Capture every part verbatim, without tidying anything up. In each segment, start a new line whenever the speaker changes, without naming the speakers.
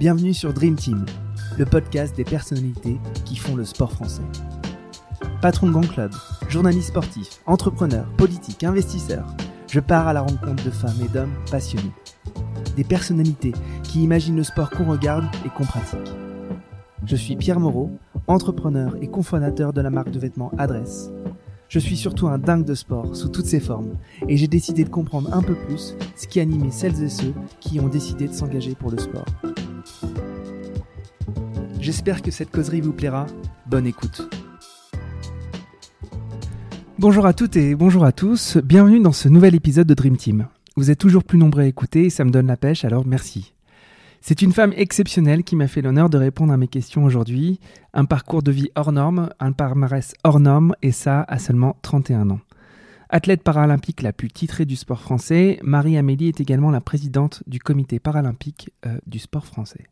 Bienvenue sur Dream Team, le podcast des personnalités qui font le sport français. Patron de grand club, journaliste sportif, entrepreneur, politique, investisseur, je pars à la rencontre de femmes et d'hommes passionnés. Des personnalités qui imaginent le sport qu'on regarde et qu'on pratique. Je suis Pierre Moreau, entrepreneur et cofondateur de la marque de vêtements Adresse. Je suis surtout un dingue de sport sous toutes ses formes et j'ai décidé de comprendre un peu plus ce qui animait celles et ceux qui ont décidé de s'engager pour le sport. J'espère que cette causerie vous plaira. Bonne écoute. Bonjour à toutes et bonjour à tous. Bienvenue dans ce nouvel épisode de Dream Team. Vous êtes toujours plus nombreux à écouter et ça me donne la pêche, alors merci. C'est une femme exceptionnelle qui m'a fait l'honneur de répondre à mes questions aujourd'hui. Un parcours de vie hors norme, un palmarès hors norme et ça à seulement trente et un ans. Athlète paralympique la plus titrée du sport français, Marie-Amélie est également la présidente du comité paralympique euh, du sport français.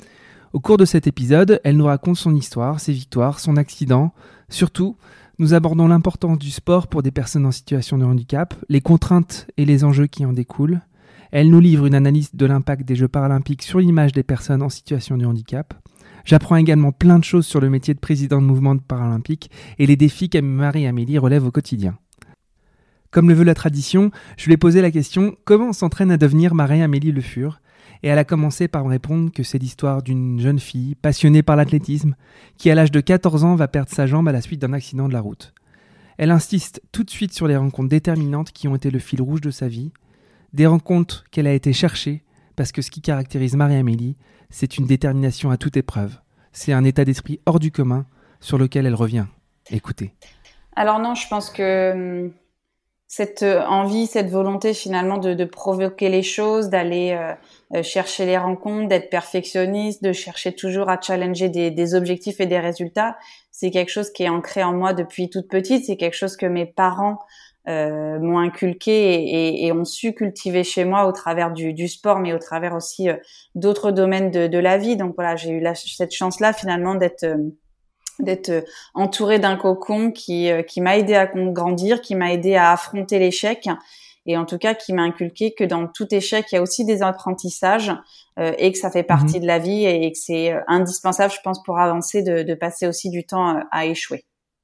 Au cours de cet épisode, elle nous raconte son histoire, ses victoires, son accident. Surtout, nous abordons l'importance du sport pour des personnes en situation de handicap, les contraintes et les enjeux qui en découlent. Elle nous livre une analyse de l'impact des Jeux paralympiques sur l'image des personnes en situation de handicap. J'apprends également plein de choses sur le métier de président de mouvement paralympique et les défis que Marie-Amélie relève au quotidien. Comme le veut la tradition, je lui ai posé la question « Comment on s'entraîne à devenir Marie-Amélie Le Fur ?» Et elle a commencé par me répondre que c'est l'histoire d'une jeune fille passionnée par l'athlétisme qui, à l'âge de quatorze ans, va perdre sa jambe à la suite d'un accident de la route. Elle insiste tout de suite sur les rencontres déterminantes qui ont été le fil rouge de sa vie, des rencontres qu'elle a été chercher parce que ce qui caractérise Marie-Amélie, c'est une détermination à toute épreuve. C'est un état d'esprit hors du commun sur lequel elle revient. Écoutez.
Alors non, je pense que cette envie, cette volonté finalement de, de provoquer les choses, d'aller euh, chercher les rencontres, d'être perfectionniste, de chercher toujours à challenger des, des objectifs et des résultats, c'est quelque chose qui est ancré en moi depuis toute petite. C'est quelque chose que mes parents euh, m'ont inculqué et, et, et ont su cultiver chez moi au travers du, du sport, mais au travers aussi euh, d'autres domaines de, de la vie. Donc voilà, j'ai eu la, cette chance-là finalement d'être euh, d'être entourée d'un cocon qui qui m'a aidé à grandir, qui m'a aidé à affronter l'échec et en tout cas qui m'a inculqué que dans tout échec, il y a aussi des apprentissages euh, et que ça fait partie mmh. de la vie et que c'est indispensable, je pense, pour avancer de, de passer aussi du temps à échouer.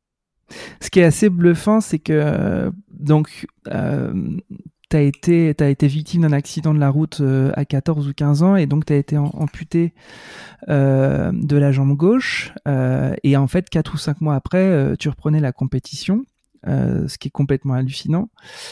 Ce qui est assez bluffant, c'est que euh, donc euh, tu as été, t'as été victime d'un accident de la route euh, à quatorze ou quinze ans et donc tu as été amputé euh, de la jambe gauche euh, et en fait quatre ou cinq mois après euh, tu reprenais la compétition, euh, ce qui est complètement hallucinant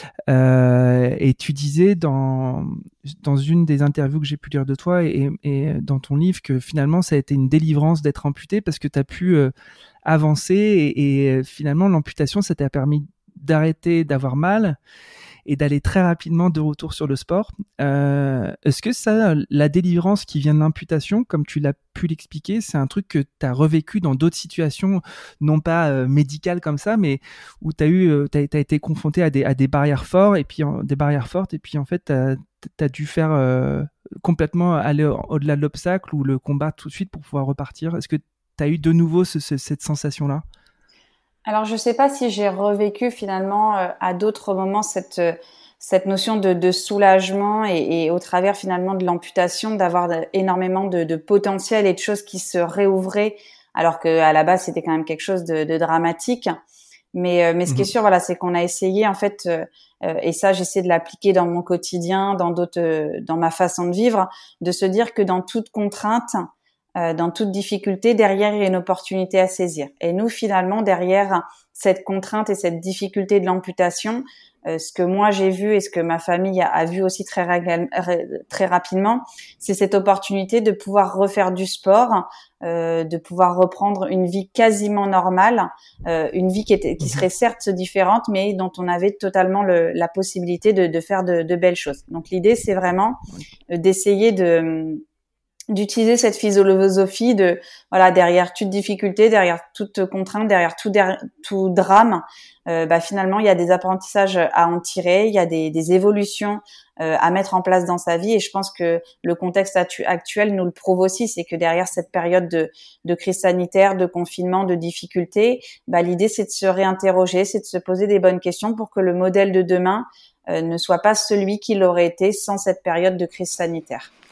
euh, et tu disais dans, dans une des interviews que j'ai pu lire de toi et, et dans ton livre que finalement ça a été une délivrance d'être amputé parce que tu as pu euh, avancer et, et finalement l'amputation ça t'a permis d'arrêter d'avoir mal et d'aller très rapidement de retour sur le sport. Euh, est-ce que ça, la délivrance qui vient de l'amputation, comme tu l'as pu l'expliquer, c'est un truc que tu as revécu dans d'autres situations, non pas euh, médicales comme ça, mais où tu as eu, euh, t'as, t'as été confronté à des, à des barrières fortes et puis en, des barrières fortes et puis en fait tu as dû faire euh, complètement aller au, au-delà de l'obstacle ou le combattre tout de suite pour pouvoir repartir. Est-ce que tu as eu de nouveau ce, ce, cette sensation-là?
Alors, je sais pas si j'ai revécu finalement euh, à d'autres moments cette euh, cette notion de, de soulagement et, et au travers finalement de l'amputation, d'avoir énormément de, de potentiel et de choses qui se réouvraient, alors que à la base c'était quand même quelque chose de, de dramatique. Mais euh, mais ce mmh. qui est sûr, voilà, c'est qu'on a essayé en fait, euh, euh, et ça j'essaie de l'appliquer dans mon quotidien, dans d'autres, euh, dans ma façon de vivre, de se dire que dans toute contrainte, Euh, dans toute difficulté, derrière, il y a une opportunité à saisir. Et nous, finalement, derrière cette contrainte et cette difficulté de l'amputation, euh, ce que moi j'ai vu et ce que ma famille a, a vu aussi très, raga- très rapidement, c'est cette opportunité de pouvoir refaire du sport, euh, de pouvoir reprendre une vie quasiment normale, euh, une vie qui, était, qui serait certes différente, mais dont on avait totalement le, la possibilité de, de faire de, de belles choses. Donc l'idée, c'est vraiment euh, d'essayer de d'utiliser cette philosophie de voilà, derrière toute difficulté, derrière toute contrainte, derrière tout derrière, tout drame, euh, bah finalement il y a des apprentissages à en tirer, il y a des, des évolutions euh, à mettre en place dans sa vie et je pense que le contexte actuel nous le prouve aussi, c'est que derrière cette période de, de crise sanitaire, de confinement, de difficulté, bah l'idée c'est de se réinterroger, c'est de se poser des bonnes questions pour que le modèle de demain euh, ne soit pas celui qu'il aurait été sans cette période de crise sanitaire.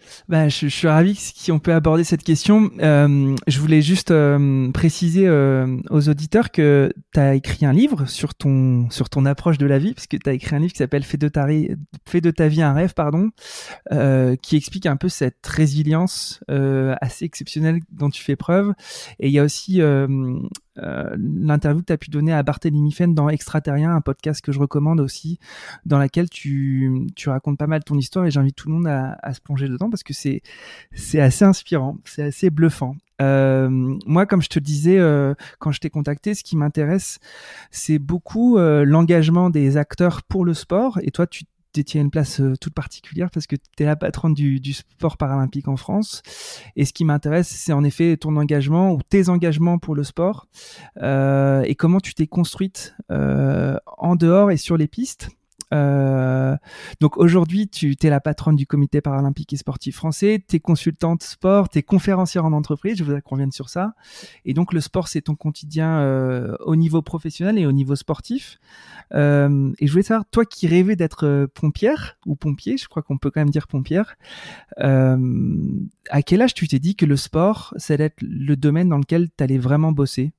Bah, je, je suis ravi qu'on peut aborder cette question. Euh, je voulais juste euh, préciser euh, aux auditeurs que tu as écrit un livre sur ton, sur ton approche de la vie, puisque tu as écrit un livre qui s'appelle Fais de ta, ré... Fais de ta vie un rêve, pardon, euh, qui explique un peu cette résilience euh, assez exceptionnelle dont tu fais preuve. Et il y a aussi euh, euh, l'interview que tu as pu donner à Barthélémy Fenn dans Extraterrien, un podcast que je recommande aussi, dans laquelle tu, tu racontes pas mal ton histoire, et j'invite tout le monde à, à se plonger dedans parce que c'est, c'est assez inspirant, c'est assez bluffant. Euh, moi, comme je te le disais euh, quand je t'ai contacté, ce qui m'intéresse, c'est beaucoup euh, l'engagement des acteurs pour le sport, et toi, tu détiens une place euh, toute particulière parce que tu es la patronne du, du sport paralympique en France. Et ce qui m'intéresse, c'est en effet ton engagement ou tes engagements pour le sport euh, et comment tu t'es construite euh, en dehors et sur les pistes. Euh, donc aujourd'hui, tu es la patronne du comité paralympique et sportif français, tu es consultante sport, tu es conférencière en entreprise, je voudrais qu'on revienne sur ça. Et donc le sport, c'est ton quotidien euh, au niveau professionnel et au niveau sportif. Euh, et je voulais savoir, toi qui rêvais d'être pompière ou pompier, je crois qu'on peut quand même dire pompière, euh, à quel âge tu t'es dit que le sport, ça allait être le domaine dans lequel tu allais vraiment bosser?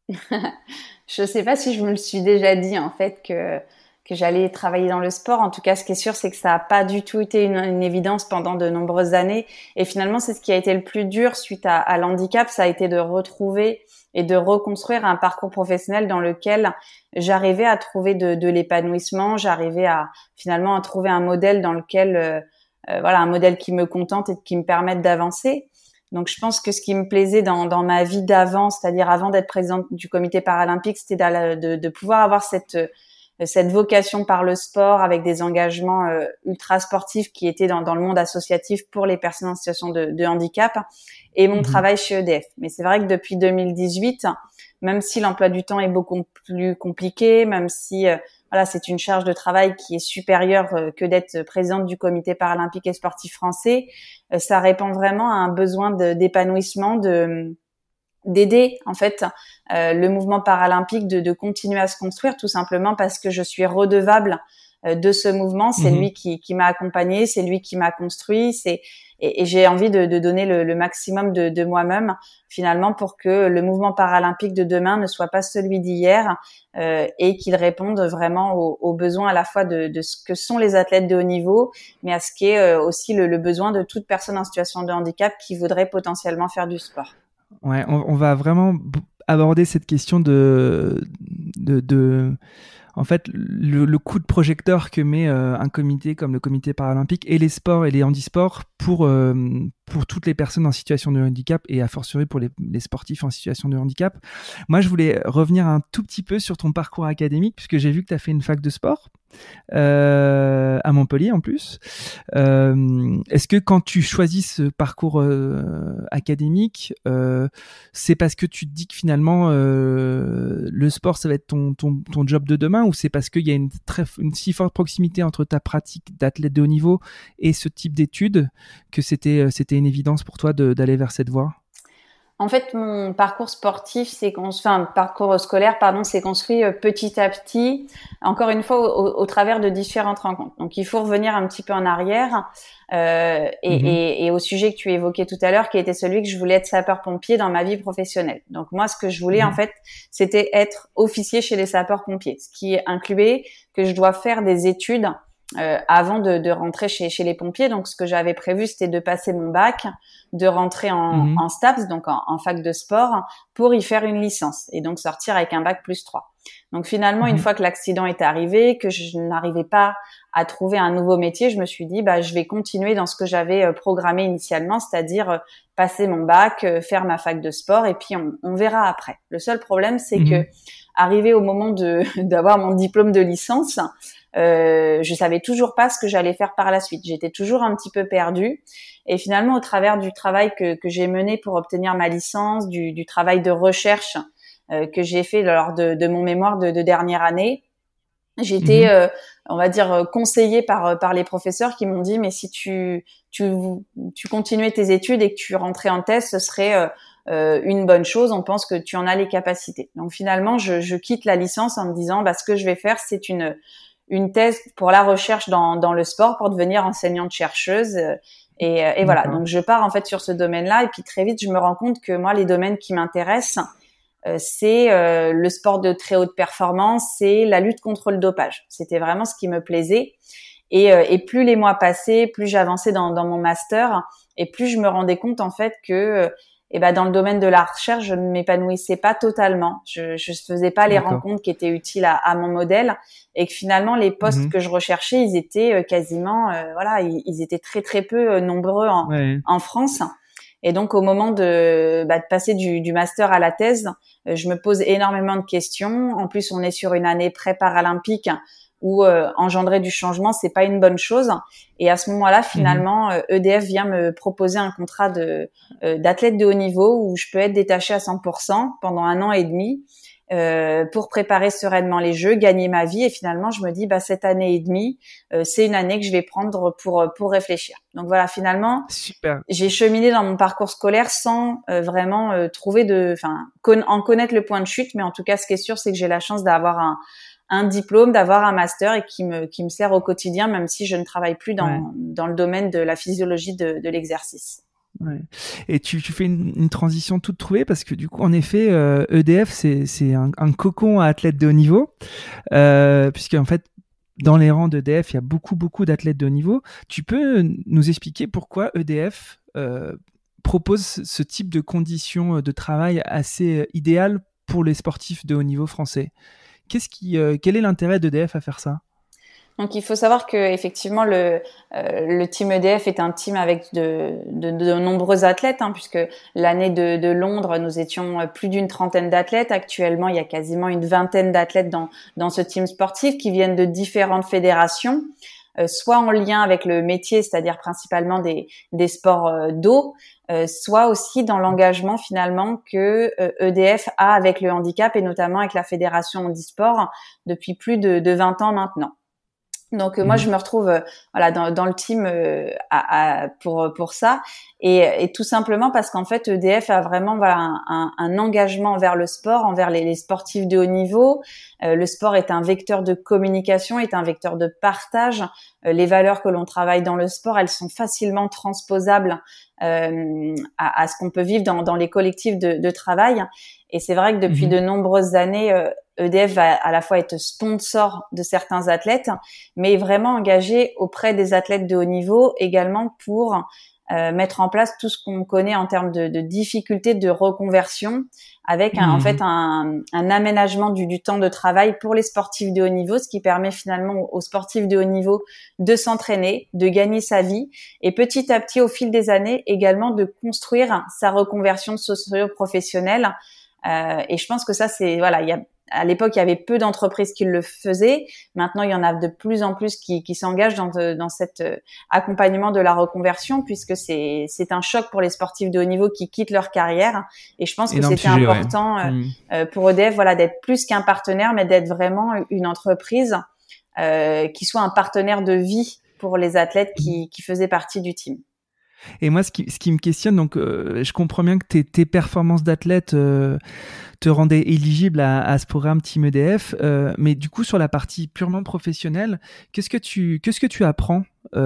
Je sais pas si je me le suis déjà dit en fait que que j'allais travailler dans le sport. En tout cas, ce qui est sûr, c'est que ça n'a pas du tout été une, une évidence pendant de nombreuses années. Et finalement, c'est ce qui a été le plus dur suite à, à l'handicap, ça a été de retrouver et de reconstruire un parcours professionnel dans lequel j'arrivais à trouver de, de l'épanouissement, j'arrivais à finalement à trouver un modèle dans lequel, euh, euh, voilà, un modèle qui me contente et qui me permette d'avancer. Donc, je pense que ce qui me plaisait dans, dans ma vie d'avant, c'est-à-dire avant d'être présidente du comité paralympique, c'était de, de, de pouvoir avoir cette cette vocation par le sport avec des engagements euh, ultra sportifs qui étaient dans, dans le monde associatif pour les personnes en situation de, de handicap et mon mmh. travail chez E D F. Mais c'est vrai que depuis deux mille dix-huit, même si l'emploi du temps est beaucoup plus compliqué, même si euh, voilà, c'est une charge de travail qui est supérieure euh, que d'être présidente du comité paralympique et sportif français, euh, ça répond vraiment à un besoin de, d'épanouissement, de d'aider en fait euh, le mouvement paralympique de, de continuer à se construire, tout simplement parce que je suis redevable euh, de ce mouvement. C'est mmh. lui qui, qui m'a accompagnée, c'est lui qui m'a construit, c'est et, et j'ai envie de, de donner le, le maximum de, de moi-même finalement pour que le mouvement paralympique de demain ne soit pas celui d'hier euh, et qu'il réponde vraiment aux, aux besoins à la fois de, de ce que sont les athlètes de haut niveau, mais à ce qui est euh, aussi le, le besoin de toute personne en situation de handicap qui voudrait potentiellement faire du sport.
Ouais, on, on va vraiment aborder cette question de, de, de en fait, le, le coup de projecteur que met euh, un comité comme le comité paralympique et les sports et les handisports pour, euh, pour toutes les personnes en situation de handicap et a fortiori pour les, les sportifs en situation de handicap. Moi, je voulais revenir un tout petit peu sur ton parcours académique puisque j'ai vu que tu as fait une fac de sport euh, à Montpellier en plus. Euh, est-ce que quand tu choisis ce parcours euh, académique, euh, c'est parce que tu te dis que finalement euh, le sport ça va être ton, ton, ton job de demain, ou c'est parce qu'il y a une, très, une si forte proximité entre ta pratique d'athlète de haut niveau et ce type d'études que c'était, c'était une évidence pour toi de, d'aller vers cette voie?
En fait, mon parcours sportif, c'est enfin, parcours scolaire, pardon, s'est construit petit à petit, encore une fois, au, au travers de différentes rencontres. Donc, il faut revenir un petit peu en arrière euh, et, mmh. et, et au sujet que tu évoquais tout à l'heure, qui était celui que je voulais être sapeur-pompier dans ma vie professionnelle. Donc, moi, ce que je voulais, mmh. en fait, c'était être officier chez les sapeurs-pompiers, ce qui incluait que je dois faire des études Euh, avant de, de rentrer chez, chez les pompiers. Donc, ce que j'avais prévu, c'était de passer mon bac, de rentrer en, mmh. en STAPS, donc en, en fac de sport, pour y faire une licence et donc sortir avec un bac plus trois. Donc, finalement, mmh. une fois que l'accident est arrivé, que je n'arrivais pas à trouver un nouveau métier, je me suis dit, bah, je vais continuer dans ce que j'avais programmé initialement, c'est-à-dire passer mon bac, faire ma fac de sport et puis on, on verra après. Le seul problème, c'est mmh. que arrivé au moment de d'avoir mon diplôme de licence, Euh, je savais toujours pas ce que j'allais faire par la suite. J'étais toujours un petit peu perdue. Et finalement, au travers du travail que, que j'ai mené pour obtenir ma licence, du, du travail de recherche euh, que j'ai fait lors de, de mon mémoire de, de dernière année, j'ai été, mmh. euh, on va dire, conseillée par par les professeurs qui m'ont dit mais si tu tu tu continuais tes études et que tu rentrais en thèse, ce serait euh, euh, une bonne chose. On pense que tu en as les capacités. Donc finalement, je, je quitte la licence en me disant bah ce que je vais faire, c'est une une thèse pour la recherche dans, dans le sport pour devenir enseignante-chercheuse Et, et voilà, donc je pars en fait sur ce domaine-là et puis très vite je me rends compte que moi les domaines qui m'intéressent euh, c'est euh, le sport de très haute performance, c'est la lutte contre le dopage. C'était vraiment ce qui me plaisait. Et, euh, et plus les mois passaient, plus j'avançais dans, dans mon master et plus je me rendais compte en fait que euh, eh ben dans le domaine de la recherche, je ne m'épanouissais pas totalement. Je je faisais pas les
D'accord.
rencontres qui étaient utiles à, à mon modèle et que finalement les postes
Mmh.
que je recherchais, ils étaient euh, quasiment euh, voilà, ils, ils étaient très très peu euh, nombreux en
Ouais.
en France. Et donc au moment de bah, de passer du du master à la thèse, euh, je me pose énormément de questions. En plus, on est sur une année pré-paralympique où euh, engendrer du changement, c'est pas une bonne chose. Et à ce moment-là,
Mmh.
finalement, euh, E D F vient me proposer un contrat de euh, d'athlète de haut niveau où je peux être détachée à cent pour cent pendant un an et demi euh, pour préparer sereinement les Jeux, gagner ma vie. Et finalement, je me dis, bah cette année et demie, euh, c'est une année que je vais prendre pour pour réfléchir. Donc voilà, finalement,
Super.
j'ai cheminé dans mon parcours scolaire sans euh, vraiment euh, trouver de, enfin, con- en connaître le point de chute. Mais en tout cas, ce qui est sûr, c'est que j'ai la chance d'avoir un un diplôme, d'avoir un master et qui me qui me sert au quotidien, même si je ne travaille plus
Ouais.
dans dans le domaine de la physiologie de, de l'exercice.
Ouais. Et tu, tu fais une, une transition toute trouvée parce que du coup, en effet, euh, E D F, c'est, c'est un, un cocon à athlètes de haut niveau, euh, puisque en fait, dans les rangs d'E D F, il y a beaucoup, beaucoup d'athlètes de haut niveau. Tu peux nous expliquer pourquoi E D F euh, propose ce type de conditions de travail assez idéales pour les sportifs de haut niveau français? Qu'est-ce qui, euh, quel est l'intérêt d'E D F à faire ça?
Donc il faut savoir que effectivement le euh, le team E D F est un team avec de de, de nombreux athlètes, hein, puisque l'année de, de Londres nous étions plus d'une trentaine d'athlètes. Actuellement il y a quasiment une vingtaine d'athlètes dans dans ce team sportif qui viennent de différentes fédérations, euh, soit en lien avec le métier, c'est-à-dire principalement des des sports euh, d'eau, euh, soit aussi dans l'engagement finalement que euh, E D F a avec le handicap et notamment avec la fédération handisport depuis plus de, de vingt ans maintenant. Donc euh, moi
Mhm.
je me retrouve euh, voilà dans, dans le team euh, à, à, pour pour ça et, et tout simplement parce qu'en fait E D F a vraiment voilà un, un, un engagement envers le sport, envers les, les sportifs de haut niveau. Euh, le sport est un vecteur de communication, est un vecteur de partage. Euh, les valeurs que l'on travaille dans le sport, elles sont facilement transposables euh, à, à ce qu'on peut vivre dans, dans les collectifs de, de travail. Et c'est vrai que depuis
Mhm.
de nombreuses années, euh, E D F va à la fois être sponsor de certains athlètes, mais vraiment engagé auprès des athlètes de haut niveau également pour euh, mettre en place tout ce qu'on connaît en termes de, de difficultés de reconversion, avec un, en fait
Mhm.
un, un aménagement du, du temps de travail pour les sportifs de haut niveau, ce qui permet finalement aux sportifs de haut niveau de s'entraîner, de gagner sa vie et petit à petit au fil des années également de construire sa reconversion socio-professionnelle. Euh, et je pense que ça c'est voilà, il y a à l'époque, il y avait peu d'entreprises qui le faisaient. Maintenant, il y en a de plus en plus qui, qui s'engagent dans, dans cet accompagnement de la reconversion, puisque c'est, c'est un choc pour les sportifs de haut niveau qui quittent leur carrière. Et je pense que
Énorme
c'était
sujet, ouais.
important
Mhm.
euh, pour E D F, voilà, d'être plus qu'un partenaire, mais d'être vraiment une entreprise euh, qui soit un partenaire de vie pour les athlètes qui, qui faisaient partie du team.
Et moi, ce qui, ce qui me questionne, donc, euh, je comprends bien que tes, tes performances d'athlète euh, te rendaient éligible à, à ce programme Team E D F, euh, mais du coup, sur la partie purement professionnelle, qu'est-ce que tu, qu'est-ce que tu apprends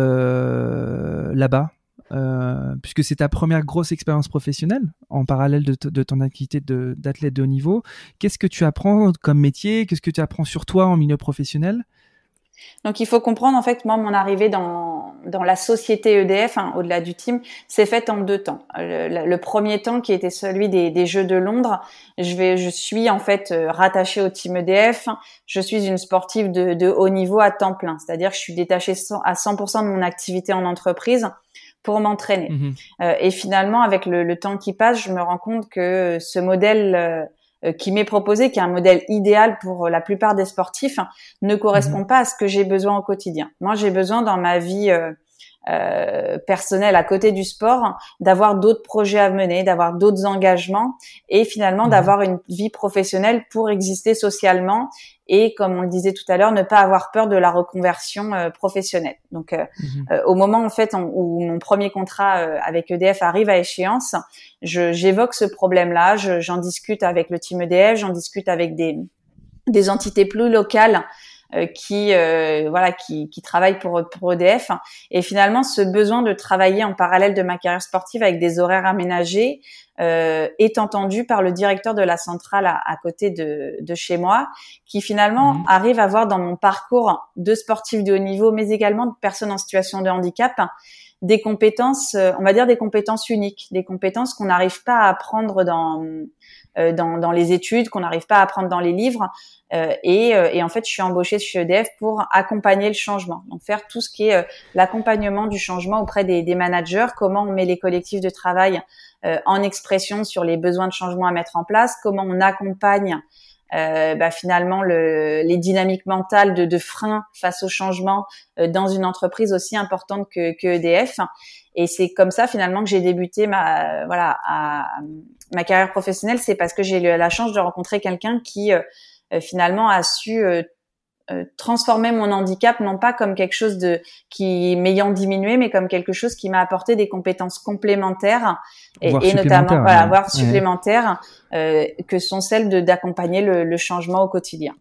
euh, là-bas, euh, puisque c'est ta première grosse expérience professionnelle en parallèle de, t- de ton activité de, d'athlète de haut niveau. Qu'est-ce que tu apprends comme métier? Qu'est-ce que tu apprends sur toi en milieu professionnel?
Donc il faut comprendre en fait moi mon arrivée dans dans la société E D F, hein, au-delà du team, s'est faite en deux temps. Le, le premier temps qui était celui des, des Jeux de Londres, je vais je suis en fait rattachée au team E D F. Je suis une sportive de, de haut niveau à temps plein, c'est-à-dire que je suis détachée à cent pour cent de mon activité en entreprise pour m'entraîner.
Mhm.
Euh, et finalement avec le, le temps qui passe, je me rends compte que ce modèle euh, qui m'est proposé, qui est un modèle idéal pour la plupart des sportifs, ne correspond
Mhm.
pas à ce que j'ai besoin au quotidien. Moi, j'ai besoin dans ma vie euh, euh, personnelle à côté du sport d'avoir d'autres projets à mener, d'avoir d'autres engagements et finalement
Mhm.
d'avoir une vie professionnelle pour exister socialement et, comme on le disait tout à l'heure, ne pas avoir peur de la reconversion euh, professionnelle. Donc, euh,
Mhm.
euh, au moment en fait on, où mon premier contrat euh, avec E D F arrive à échéance, je, j'évoque ce problème-là, je, j'en discute avec le team E D F, j'en discute avec des des entités plus locales euh, qui euh, voilà qui, qui travaillent pour pour E D F. Et finalement, ce besoin de travailler en parallèle de ma carrière sportive avec des horaires aménagés euh, est entendu par le directeur de la centrale à, à côté de, de chez moi, qui finalement mmh. arrive à voir dans mon parcours de sportif de haut niveau, mais également de personnes en situation de handicap, des compétences, on va dire des compétences uniques, des compétences qu'on n'arrive pas à apprendre dans euh, dans, dans les études, qu'on n'arrive pas à apprendre dans les livres. Euh, et, euh, et en fait, je suis embauchée chez E D F pour accompagner le changement, donc faire tout ce qui est euh, l'accompagnement du changement auprès des, des managers, comment on met les collectifs de travail euh, en expression sur les besoins de changement à mettre en place, comment on accompagne Euh, bah, finalement le, les dynamiques mentales de, de frein face au changement euh, dans une entreprise aussi importante que, que E D F. Et c'est comme ça finalement que j'ai débuté ma voilà à, ma carrière professionnelle. C'est parce que j'ai eu la chance de rencontrer quelqu'un qui euh, finalement a su euh, euh, transformer mon handicap non pas comme quelque chose de qui m'ayant diminué, mais comme quelque chose qui m'a apporté des compétences complémentaires et, et notamment voilà
ouais.
voire supplémentaires euh, que sont celles de d'accompagner le, le changement au quotidien.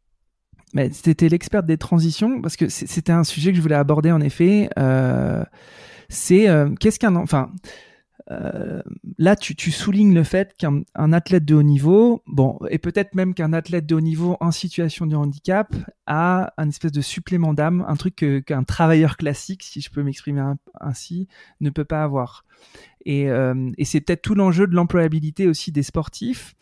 Mais c'était l'experte des transitions, parce que c'était un sujet que je voulais aborder en effet. Euh, c'est euh, qu'est-ce qu'un enfin Euh, là, tu, tu soulignes le fait qu'un un athlète de haut niveau, bon, et peut-être même qu'un athlète de haut niveau en situation de handicap a un espèce de supplément d'âme, un truc que, qu'un travailleur classique, si je peux m'exprimer un, ainsi, ne peut pas avoir. Et, euh, et c'est peut-être tout l'enjeu de l'employabilité aussi des sportifs.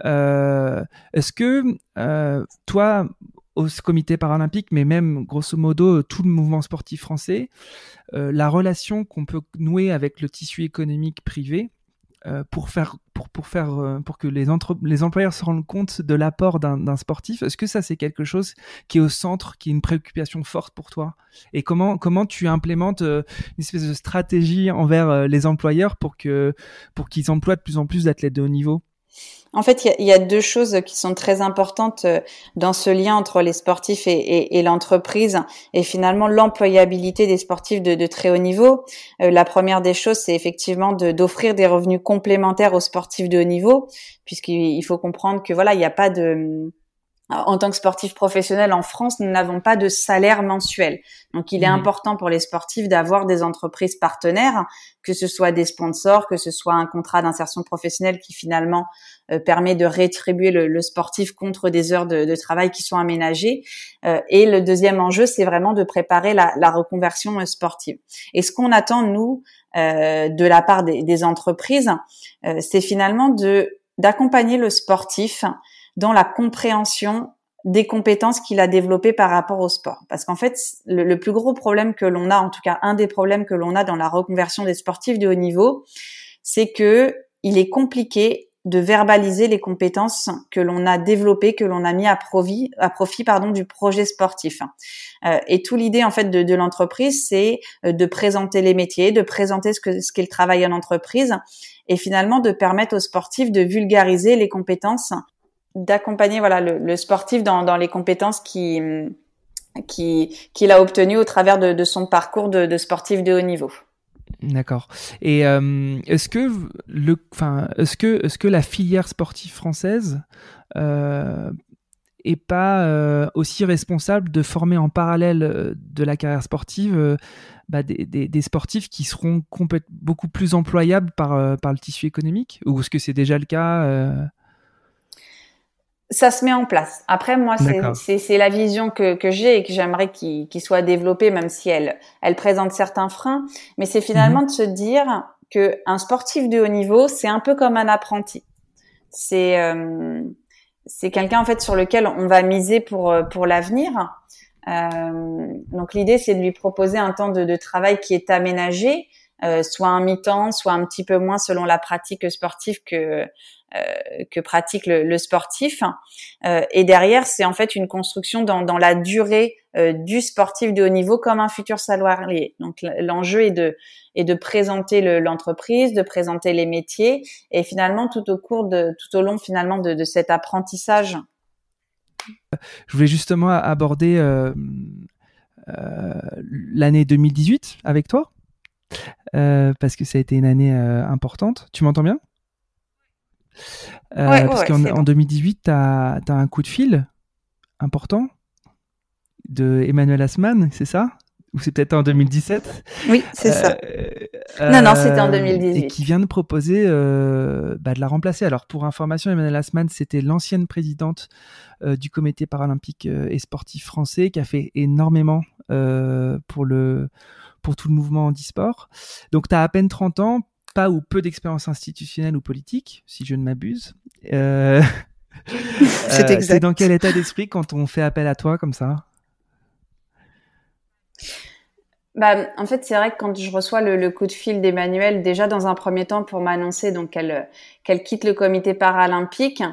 Euh, est-ce que euh, toi, au comité paralympique, mais même grosso modo tout le mouvement sportif français, euh, la relation qu'on peut nouer avec le tissu économique privé euh, pour faire pour pour faire euh, pour que les entre les employeurs se rendent compte de l'apport d'un, d'un sportif, est-ce que ça c'est quelque chose qui est au centre, qui est une préoccupation forte pour toi? Et comment comment tu implémentes euh, une espèce de stratégie envers euh, les employeurs pour que pour qu'ils emploient de plus en plus d'athlètes de haut niveau?
En fait, il y a, y a deux choses qui sont très importantes dans ce lien entre les sportifs et, et, et l'entreprise, et finalement l'employabilité des sportifs de, de très haut niveau. Euh, la première des choses, c'est effectivement de, d'offrir des revenus complémentaires aux sportifs de haut niveau, puisqu'il faut comprendre que voilà, il n'y a pas de en tant que sportif professionnel en France, nous n'avons pas de salaire mensuel. Donc, il est mmh. important pour les sportifs d'avoir des entreprises partenaires, que ce soit des sponsors, que ce soit un contrat d'insertion professionnelle qui finalement euh, permet de rétribuer le, le sportif contre des heures de, de travail qui sont aménagées. Euh, et le deuxième enjeu, c'est vraiment de préparer la, la reconversion euh, sportive. Et ce qu'on attend, nous, euh, de la part des, des entreprises, euh, c'est finalement de d'accompagner le sportif dans la compréhension des compétences qu'il a développées par rapport au sport. Parce qu'en fait, le, le plus gros problème que l'on a, en tout cas un des problèmes que l'on a dans la reconversion des sportifs de haut niveau, c'est que il est compliqué de verbaliser les compétences que l'on a développées, que l'on a mis à profit, à profit pardon, du projet sportif. Euh, et tout l'idée en fait de, de l'entreprise, c'est de présenter les métiers, de présenter ce que ce qu'est le travail en entreprise, et finalement de permettre aux sportifs de vulgariser les compétences, d'accompagner voilà le, le sportif dans, dans les compétences qui qui qu'il a obtenues au travers de, de son parcours de, de sportif de haut niveau.
D'accord. Et euh, est-ce que le, enfin, est-ce que est-ce que la filière sportive française euh, est pas euh, aussi responsable de former en parallèle de la carrière sportive euh, bah, des, des, des sportifs qui seront complète, beaucoup plus employables par euh, par le tissu économique, ou est-ce que c'est déjà le cas euh...
Ça se met en place. Après, moi, c'est, c'est, c'est la vision que, que j'ai et que j'aimerais qu'il, qu'il soit développé, même si elle, elle présente certains freins. Mais c'est finalement mmh. de se dire que un sportif de haut niveau, c'est un peu comme un apprenti. C'est, euh, c'est quelqu'un en fait sur lequel on va miser pour pour l'avenir. Euh, donc l'idée, c'est de lui proposer un temps de, de travail qui est aménagé, euh, soit un mi-temps, soit un petit peu moins selon la pratique sportive que Euh, que pratique le, le sportif. Euh, et derrière, c'est en fait une construction dans, dans la durée euh, du sportif de haut niveau comme un futur salarié. Donc l'enjeu est de, est de présenter le, l'entreprise, de présenter les métiers, et finalement tout au cours de, tout au long finalement de, de cet apprentissage.
Je voulais justement aborder euh, euh, l'année deux mille dix-huit avec toi, euh, parce que ça a été une année euh, importante. Tu m'entends bien ? Euh,
ouais,
parce
ouais,
qu'en
bon.
en deux mille dix-huit, tu as un coup de fil important. de Emmanuel Haussmann, c'est ça? Ou c'est peut-être en deux mille dix-sept?
Oui, c'est euh, ça. Euh, non, non, c'était en deux mille dix-huit.
Et qui vient de proposer euh, bah, de la remplacer. Alors, pour information, Emmanuel Haussmann, c'était l'ancienne présidente euh, du comité paralympique euh, et sportif français qui a fait énormément euh, pour, le, pour tout le mouvement handisport. Donc, tu as à peine trente ans, pas ou peu d'expérience institutionnelle ou politique, si je ne m'abuse. Euh,
c'est
euh,
exact.
C'est dans quel état d'esprit quand on fait appel à toi comme ça?
Bah, en fait, c'est vrai que quand je reçois le, le coup de fil d'Emmanuel, déjà dans un premier temps pour m'annoncer donc qu'elle qu'elle quitte le comité paralympique,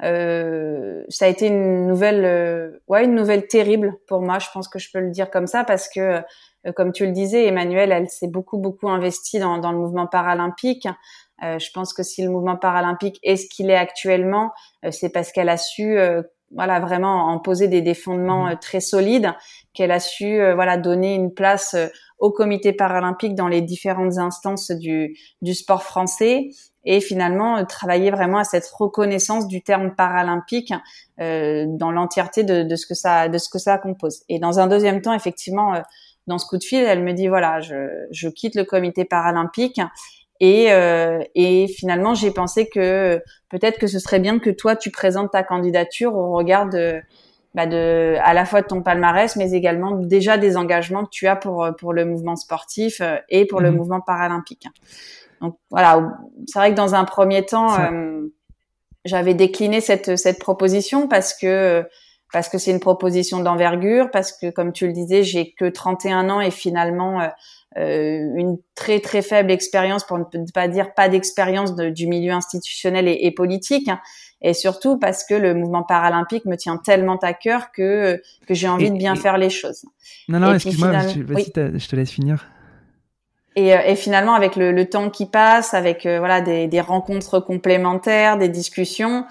euh, ça a été une nouvelle, euh, ouais, une nouvelle terrible pour moi. Je pense que je peux le dire comme ça parce que, euh, comme tu le disais, Emmanuel, elle s'est beaucoup beaucoup investie dans, dans le mouvement paralympique. Euh, je pense que si le mouvement paralympique est ce qu'il est actuellement, euh, c'est parce qu'elle a su euh, voilà, vraiment en poser des, des fondements euh, très solides, qu'elle a su euh, voilà donner une place euh, au comité paralympique dans les différentes instances du du sport français et finalement euh, travailler vraiment à cette reconnaissance du terme paralympique euh, dans l'entièreté de, de ce que ça de ce que ça compose. Et dans un deuxième temps, effectivement, euh, dans ce coup de fil, elle me dit voilà, je je quitte le comité paralympique. Et, euh, et finalement, j'ai pensé que peut-être que ce serait bien que toi, tu présentes ta candidature au regard de, bah de, à la fois de ton palmarès, mais également déjà des engagements que tu as pour pour le mouvement sportif et pour mmh. le mouvement paralympique. Donc voilà, c'est vrai que dans un premier temps, euh, j'avais décliné cette cette proposition parce que parce que c'est une proposition d'envergure, parce que comme tu le disais, j'ai que trente et un ans et finalement euh, Euh, une très très faible expérience, pour ne pas dire pas d'expérience de, du milieu institutionnel et, et politique, hein, et surtout parce que le mouvement paralympique me tient tellement à cœur que que j'ai envie et, de bien et... faire les choses.
Non non, et excuse-moi, finalement... je, vas-y, oui. je te laisse finir.
Et, et finalement, avec le, le temps qui passe, avec euh, voilà des, des rencontres complémentaires, des discussions.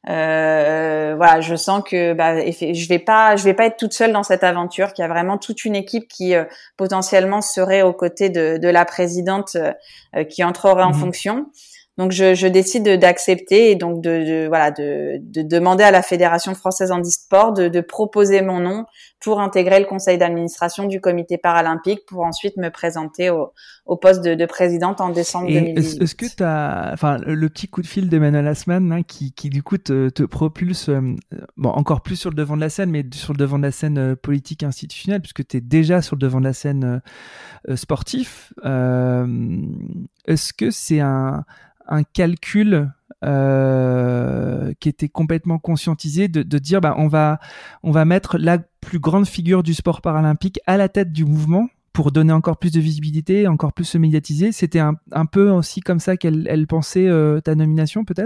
Euh, voilà, je sens que bah, je vais pas, je vais pas être toute seule dans cette aventure. Qu'il y a vraiment toute une équipe qui euh, potentiellement serait aux côtés de, de la présidente euh, qui entrerait en mmh. fonction. Donc, je, je décide de, d'accepter et donc de, de voilà de, de demander à la Fédération française handisport de, de proposer mon nom pour intégrer le conseil d'administration du comité paralympique pour ensuite me présenter au, au poste de, de présidente en décembre
et
deux mille dix-huit.
Est-ce que tu as, enfin, le petit coup de fil d'Emmanuel Haussmann hein, qui, qui du coup te, te propulse, euh, bon, encore plus sur le devant de la scène, mais sur le devant de la scène euh, politique institutionnelle, puisque tu es déjà sur le devant de la scène euh, sportif. Euh, est-ce que c'est un un calcul euh, qui était complètement conscientisé de, de dire bah, on va, on va mettre la plus grande figure du sport paralympique à la tête du mouvement pour donner encore plus de visibilité, encore plus se médiatiser. C'était un, un peu aussi comme ça qu'elle elle pensait euh, ta nomination peut-être ?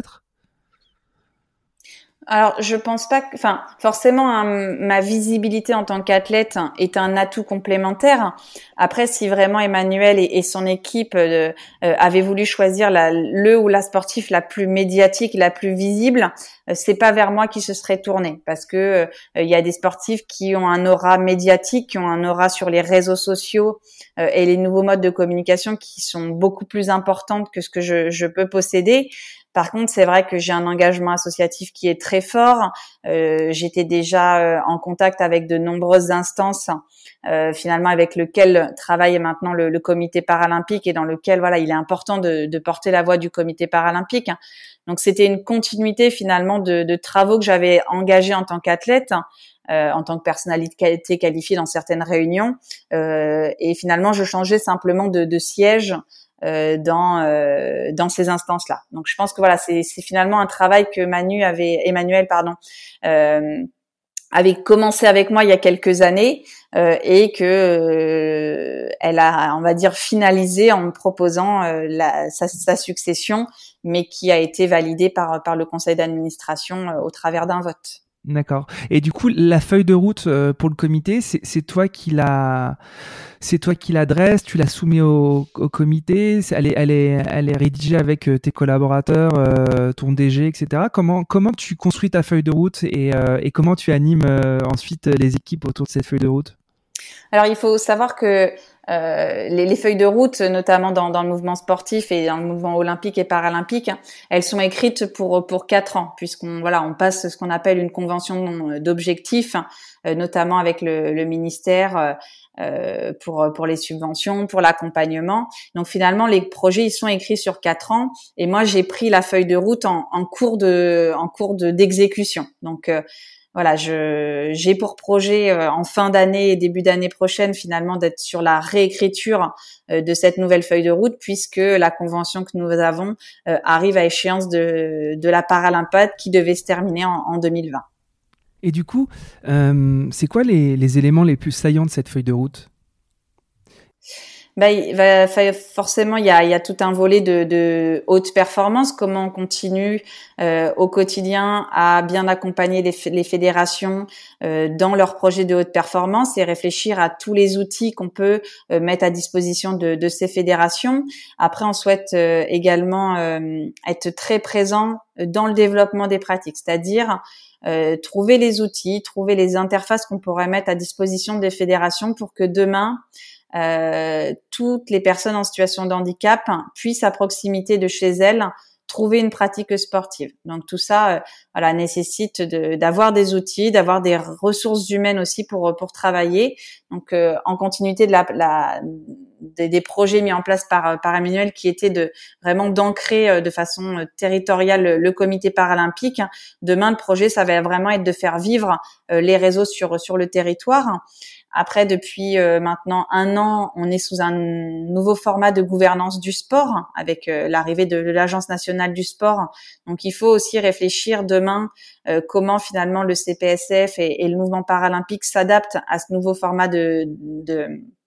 Alors, je pense pas que, enfin, forcément, hein, ma visibilité en tant qu'athlète est un atout complémentaire. Après, si vraiment Emmanuel et, et son équipe euh, euh, avaient voulu choisir la, le ou la sportive la plus médiatique, la plus visible, euh, c'est pas vers moi qui se serait tourné, parce que il euh, y a des sportifs qui ont un aura médiatique, qui ont un aura sur les réseaux sociaux euh, et les nouveaux modes de communication qui sont beaucoup plus importantes que ce que je, je peux posséder. Par contre, c'est vrai que j'ai un engagement associatif qui est très fort. Euh, j'étais déjà euh, en contact avec de nombreuses instances, euh, finalement avec lequel travaille maintenant le, le comité paralympique et dans lequel voilà, il est important de, de porter la voix du comité paralympique. Donc, c'était une continuité finalement de, de travaux que j'avais engagés en tant qu'athlète. Euh, en tant que personnalité qualifiée dans certaines réunions, euh, et finalement, je changeais simplement de, de siège euh, dans euh, dans ces instances-là. Donc, je pense que voilà, c'est, c'est finalement un travail que Manu avait, Emmanuel, pardon, euh, avait commencé avec moi il y a quelques années euh, et que euh, elle a, on va dire, finalisé en me proposant euh, la, sa, sa succession, mais qui a été validée par par le conseil d'administration euh, au travers d'un vote.
D'accord. Et du coup, la feuille de route euh, pour le comité, c'est, c'est toi qui la, c'est toi qui l'adresse, tu la soumets au, au comité, elle est, elle est, elle est rédigée avec euh, tes collaborateurs, euh, ton D G, et cetera. Comment, comment tu construis ta feuille de route et, euh, et comment tu animes euh, ensuite les équipes autour de cette feuille de route ?
Alors, il faut savoir que euh, les, les feuilles de route, notamment dans, dans le mouvement sportif et dans le mouvement olympique et paralympique, elles sont écrites pour pour quatre ans, puisqu'on voilà, on passe ce qu'on appelle une convention d'objectifs, euh, notamment avec le, le ministère euh, pour pour les subventions, pour l'accompagnement. Donc finalement, les projets ils sont écrits sur quatre ans. Et moi, j'ai pris la feuille de route en, en cours de en cours de d'exécution. Donc euh, Voilà, je j'ai pour projet euh, en fin d'année et début d'année prochaine finalement d'être sur la réécriture euh, de cette nouvelle feuille de route, puisque la convention que nous avons euh, arrive à échéance de de la Paralympiade qui devait se terminer en, en deux mille vingt.
Et du coup, euh, c'est quoi les, les éléments les plus saillants de cette feuille de route ?
Bah, il va, forcément, il y a, il y a tout un volet de, de haute performance. Comment on continue euh, au quotidien à bien accompagner les, les fédérations euh, dans leurs projets de haute performance et réfléchir à tous les outils qu'on peut euh, mettre à disposition de, de ces fédérations. Après, on souhaite euh, également euh, être très présent dans le développement des pratiques, c'est-à-dire euh, trouver les outils, trouver les interfaces qu'on pourrait mettre à disposition des fédérations pour que demain, Euh, toutes les personnes en situation de handicap puissent à proximité de chez elles trouver une pratique sportive. Donc tout ça, euh, voilà, nécessite de, d'avoir des outils, d'avoir des ressources humaines aussi pour pour travailler. Donc euh, en continuité de la, la des, des projets mis en place par par Emmanuel, qui était de vraiment d'ancrer euh, de façon territoriale le, le comité paralympique. Demain, le projet, ça va vraiment être de faire vivre euh, les réseaux sur sur le territoire. Après, depuis euh, maintenant un an, on est sous un nouveau format de gouvernance du sport avec euh, l'arrivée de, de l'Agence nationale du sport. Donc, il faut aussi réfléchir demain euh, comment finalement le C P S F et, et le mouvement paralympique s'adaptent à ce nouveau format de, de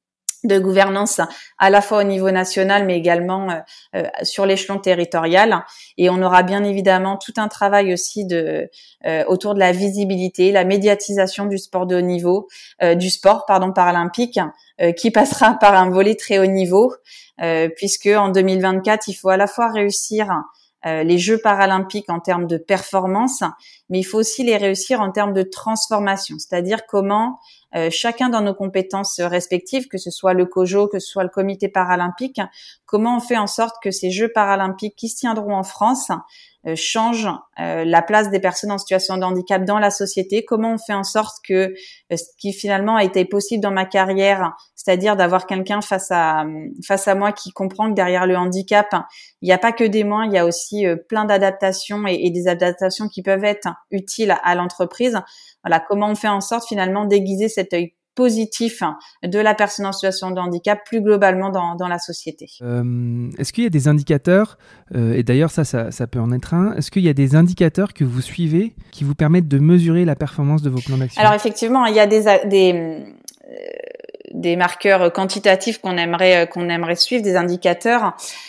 de gouvernance à la fois au niveau national mais également euh, euh, sur l'échelon territorial. Et on aura bien évidemment tout un travail aussi de euh, autour de la visibilité, la médiatisation du sport de haut niveau, euh, du sport pardon paralympique, euh, qui passera par un volet très haut niveau, euh, puisque en deux mille vingt-quatre il faut à la fois réussir euh, les Jeux paralympiques en termes de performance, mais il faut aussi les réussir en termes de transformation, c'est-à-dire comment Euh, chacun dans nos compétences respectives, que ce soit le COJO, que ce soit le comité paralympique, comment on fait en sorte que ces Jeux paralympiques qui se tiendront en France euh, changent euh, la place des personnes en situation de handicap dans la société, comment on fait en sorte que euh, ce qui finalement a été possible dans ma carrière, c'est-à-dire d'avoir quelqu'un face à face à moi qui comprend que derrière le handicap, il n'y a pas que des mains, il y a aussi euh, plein d'adaptations et, et des adaptations qui peuvent être utiles à, à l'entreprise. Voilà, comment on fait en sorte finalement d'aiguiser cet œil positif de la personne en situation de handicap plus globalement dans, dans la société.
Euh, est-ce qu'il y a des indicateurs, euh, et d'ailleurs ça, ça, ça peut en être un, est-ce qu'il y a des indicateurs que vous suivez qui vous permettent de mesurer la performance de vos plans d'action ?
Alors effectivement, il y a des, des, euh, des marqueurs quantitatifs qu'on aimerait, qu'on aimerait suivre, des indicateurs.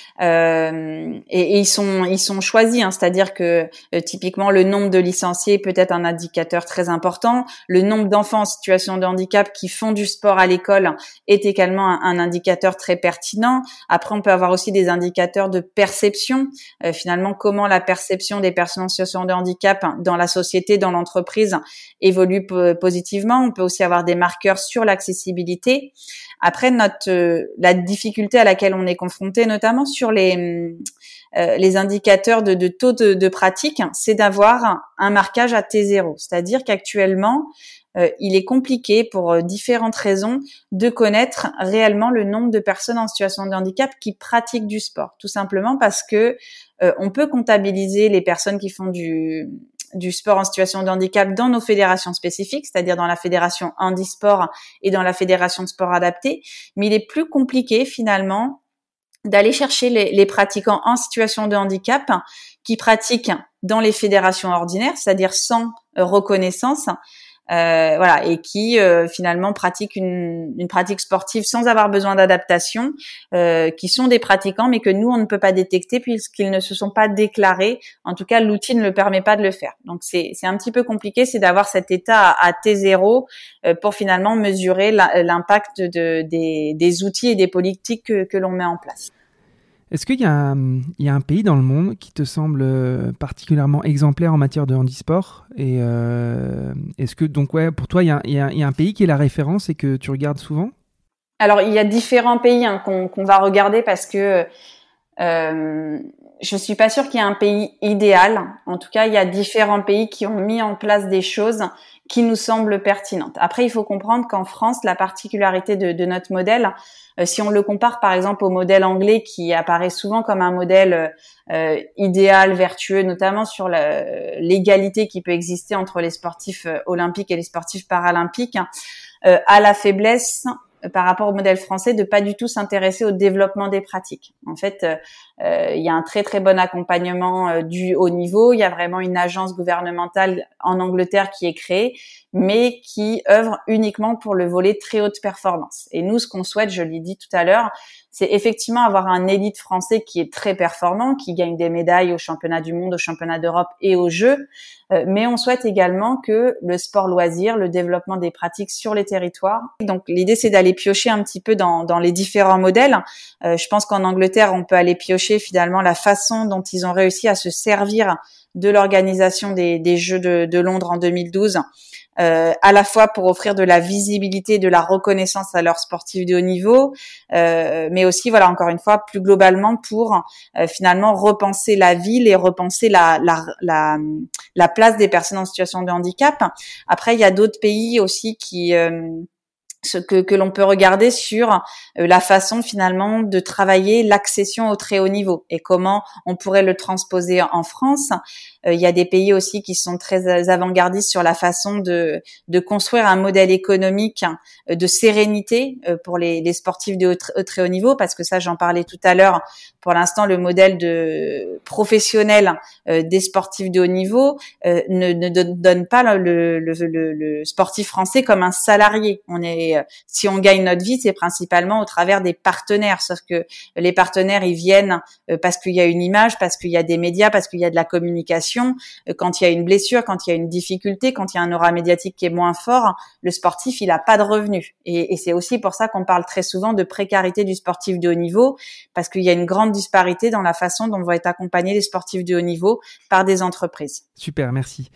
Euh, et, et ils sont ils sont choisis, hein, c'est-à-dire que euh, typiquement le nombre de licenciés peut être un indicateur très important. Le nombre d'enfants en situation de handicap qui font du sport à l'école est également un, un indicateur très pertinent. Après, on peut avoir aussi des indicateurs de perception. Euh, finalement, comment la perception des personnes en situation de handicap dans la société, dans l'entreprise, évolue p- positivement. On peut aussi avoir des marqueurs sur l'accessibilité. Après, notre euh, la difficulté à laquelle on est confronté, notamment sur les euh, les indicateurs de, de taux de, de pratique, c'est d'avoir un marquage à T zéro. C'est-à-dire qu'actuellement, euh, il est compliqué pour euh, différentes raisons de connaître réellement le nombre de personnes en situation de handicap qui pratiquent du sport. Tout simplement parce que euh, on peut comptabiliser les personnes qui font du du sport en situation de handicap dans nos fédérations spécifiques, c'est-à-dire dans la fédération handisport et dans la fédération de sport adapté, mais il est plus compliqué finalement d'aller chercher les, les pratiquants en situation de handicap qui pratiquent dans les fédérations ordinaires, c'est-à-dire sans euh, reconnaissance, euh, voilà, et qui euh, finalement pratiquent une, une pratique sportive sans avoir besoin d'adaptation, euh, qui sont des pratiquants, mais que nous on ne peut pas détecter puisqu'ils ne se sont pas déclarés. En tout cas, l'outil ne le permet pas de le faire. Donc c'est c'est un petit peu compliqué, c'est d'avoir cet état à, à T zéro euh, pour finalement mesurer la, l'impact de des des outils et des politiques que que l'on met en place.
Est-ce qu'il y a un, il y a un pays dans le monde qui te semble particulièrement exemplaire en matière de handisport? Et euh, est-ce que, donc, ouais, pour toi, il y, a, il, y a, il y a un pays qui est la référence et que tu regardes souvent?
Alors, il y a différents pays hein, qu'on, qu'on va regarder parce que euh, je suis pas sûre qu'il y ait un pays idéal. En tout cas, il y a différents pays qui ont mis en place des choses qui nous semblent pertinentes. Après, il faut comprendre qu'en France, la particularité de, de notre modèle, euh, si on le compare par exemple au modèle anglais qui apparaît souvent comme un modèle euh, idéal, vertueux, notamment sur la, l'égalité qui peut exister entre les sportifs olympiques et les sportifs paralympiques, euh, a la faiblesse par rapport au modèle français de pas du tout s'intéresser au développement des pratiques. En fait, euh, il y a un très très bon accompagnement euh, du haut niveau. Il y a vraiment une agence gouvernementale en Angleterre qui est créée, mais qui œuvre uniquement pour le volet très haute performance. Et nous, ce qu'on souhaite, je l'ai dit tout à l'heure, c'est effectivement avoir un élite français qui est très performant, qui gagne des médailles aux championnats du monde, aux championnats d'Europe et aux Jeux. Euh, mais on souhaite également que le sport loisir, le développement des pratiques sur les territoires. Donc l'idée, c'est d'aller piocher un petit peu dans, dans les différents modèles. Euh, je pense qu'en Angleterre, on peut aller piocher finalement la façon dont ils ont réussi à se servir de l'organisation des, des Jeux de, de Londres en deux mille douze. Euh, à la fois pour offrir de la visibilité, de la reconnaissance à leurs sportifs de haut niveau, euh, mais aussi, voilà, encore une fois, plus globalement pour euh, finalement repenser la ville et repenser la, la, la, la place des personnes en situation de handicap. Après, il y a d'autres pays aussi qui... Euh, ce que, que l'on peut regarder sur euh, la façon finalement de travailler l'accession au très haut niveau et comment on pourrait le transposer en France. Euh, il y a des pays aussi qui sont très avant-gardistes sur la façon de, de construire un modèle économique euh, de sérénité euh, pour les, les sportifs de haut, très haut niveau, parce que ça, j'en parlais tout à l'heure. Pour l'instant, le modèle de professionnel euh, des sportifs de haut niveau euh, ne, ne donne pas le, le, le, le sportif français comme un salarié. On est Si on gagne notre vie, c'est principalement au travers des partenaires. Sauf que les partenaires, ils viennent parce qu'il y a une image, parce qu'il y a des médias, parce qu'il y a de la communication. Quand il y a une blessure, quand il y a une difficulté, quand il y a un aura médiatique qui est moins fort, le sportif, il a pas de revenus. Et, et c'est aussi pour ça qu'on parle très souvent de précarité du sportif de haut niveau, parce qu'il y a une grande disparité dans la façon dont vont être accompagnés les sportifs de haut niveau par des entreprises.
Super, merci.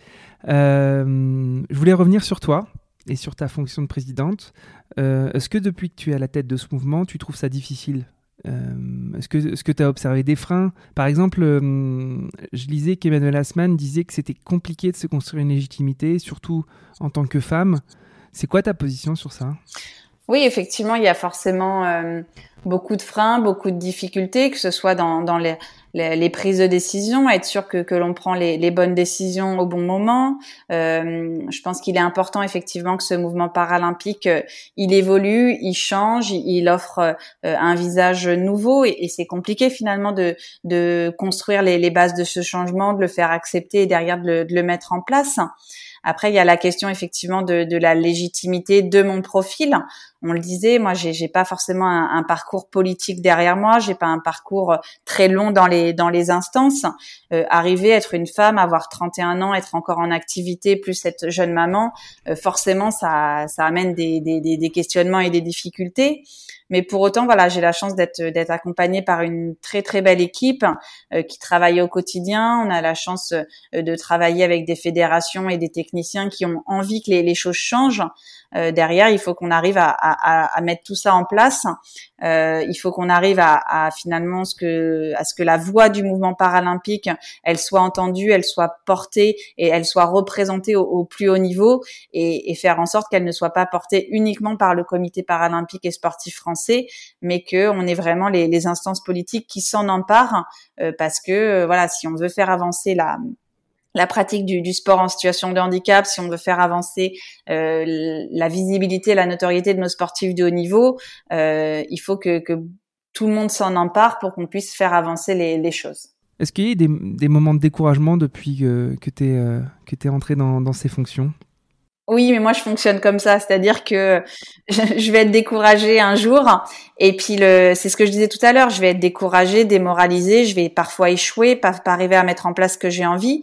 Euh, je voulais revenir sur toi et sur ta fonction de présidente. Euh, est-ce que depuis que tu es à la tête de ce mouvement, tu trouves ça difficile ? euh, Est-ce que, est-ce que tu as observé des freins ? Par exemple, euh, je lisais qu'Emmanuel Haussmann disait que c'était compliqué de se construire une légitimité, surtout en tant que femme. C'est quoi ta position sur ça ?
Oui, effectivement, il y a forcément euh, beaucoup de freins, beaucoup de difficultés, que ce soit dans, dans les, les, les prises de décision, être sûr que, que l'on prend les, les bonnes décisions au bon moment. Euh, je pense qu'il est important effectivement que ce mouvement paralympique, euh, il évolue, il change, il, il offre euh, un visage nouveau et, et c'est compliqué finalement de, de construire les, les bases de ce changement, de le faire accepter et derrière de le, de le mettre en place. Après, il y a la question effectivement de, de la légitimité de mon profil. On le disait, moi, j'ai, j'ai pas forcément un, un parcours politique derrière moi. J'ai pas un parcours très long dans les dans les instances. Euh, arriver, être une femme, avoir trente et un ans, être encore en activité, plus être jeune maman, euh, forcément, ça ça amène des, des des des questionnements et des difficultés. Mais pour autant, voilà, j'ai la chance d'être d'être accompagnée par une très très belle équipe euh, qui travaille au quotidien. On a la chance euh, de travailler avec des fédérations et des techniciens qui ont envie que les, les choses changent. Euh, derrière, il faut qu'on arrive à, à, à mettre tout ça en place. Euh, il faut qu'on arrive à, à finalement ce que, à ce que la voix du mouvement paralympique, elle soit entendue, elle soit portée et elle soit représentée au, au plus haut niveau et, et faire en sorte qu'elle ne soit pas portée uniquement par le comité paralympique et sportif français, mais que on ait vraiment les, les instances politiques qui s'en emparent euh, parce que euh, voilà, si on veut faire avancer la la pratique du, du sport en situation de handicap, si on veut faire avancer euh, la visibilité, la notoriété de nos sportifs de haut niveau, euh, il faut que, que tout le monde s'en empare pour qu'on puisse faire avancer les, les choses.
Est-ce qu'il y a des, des moments de découragement depuis que, que tu es euh, que tu es entrée dans, dans ces fonctions ?
Oui, mais moi je fonctionne comme ça, c'est-à-dire que je vais être découragée un jour et puis le c'est ce que je disais tout à l'heure, je vais être découragée, démoralisée, je vais parfois échouer, pas, pas arriver à mettre en place ce que j'ai envie.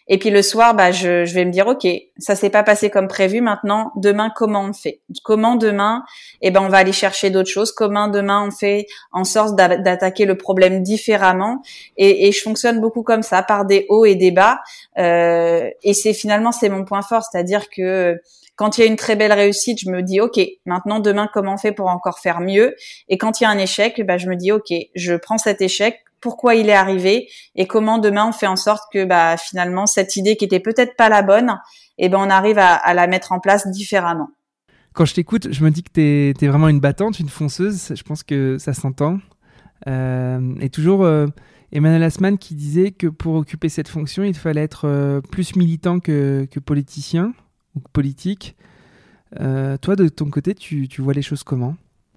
Et puis le soir, bah, je, je vais me dire, ok, ça s'est pas passé comme prévu. Maintenant, demain, comment on fait? Comment demain, eh ben, on va aller chercher d'autres choses. Comment demain, on fait en sorte d'a- d'attaquer le problème différemment. Et, et je fonctionne beaucoup comme ça, par des hauts et des bas. Euh, et c'est finalement, c'est mon point fort, c'est-à-dire que quand il y a une très belle réussite, je me dis, OK, maintenant, demain, comment on fait pour encore faire mieux? Et quand il y a un échec, bah, je me dis, OK, je prends cet échec, pourquoi il est arrivé et comment demain on fait en sorte que bah, finalement, cette idée qui était peut-être pas la bonne, eh ben, on arrive à, à la mettre en place différemment.
Quand je t'écoute, je me dis que t'es, t'es vraiment une battante, une fonceuse. Je pense que ça s'entend. Euh, et toujours euh, Emmanuel Haussmann qui disait que pour occuper cette fonction, il fallait être euh, plus militant que, que politicien ou politique. Euh, toi, de ton côté, tu, tu vois les choses comment?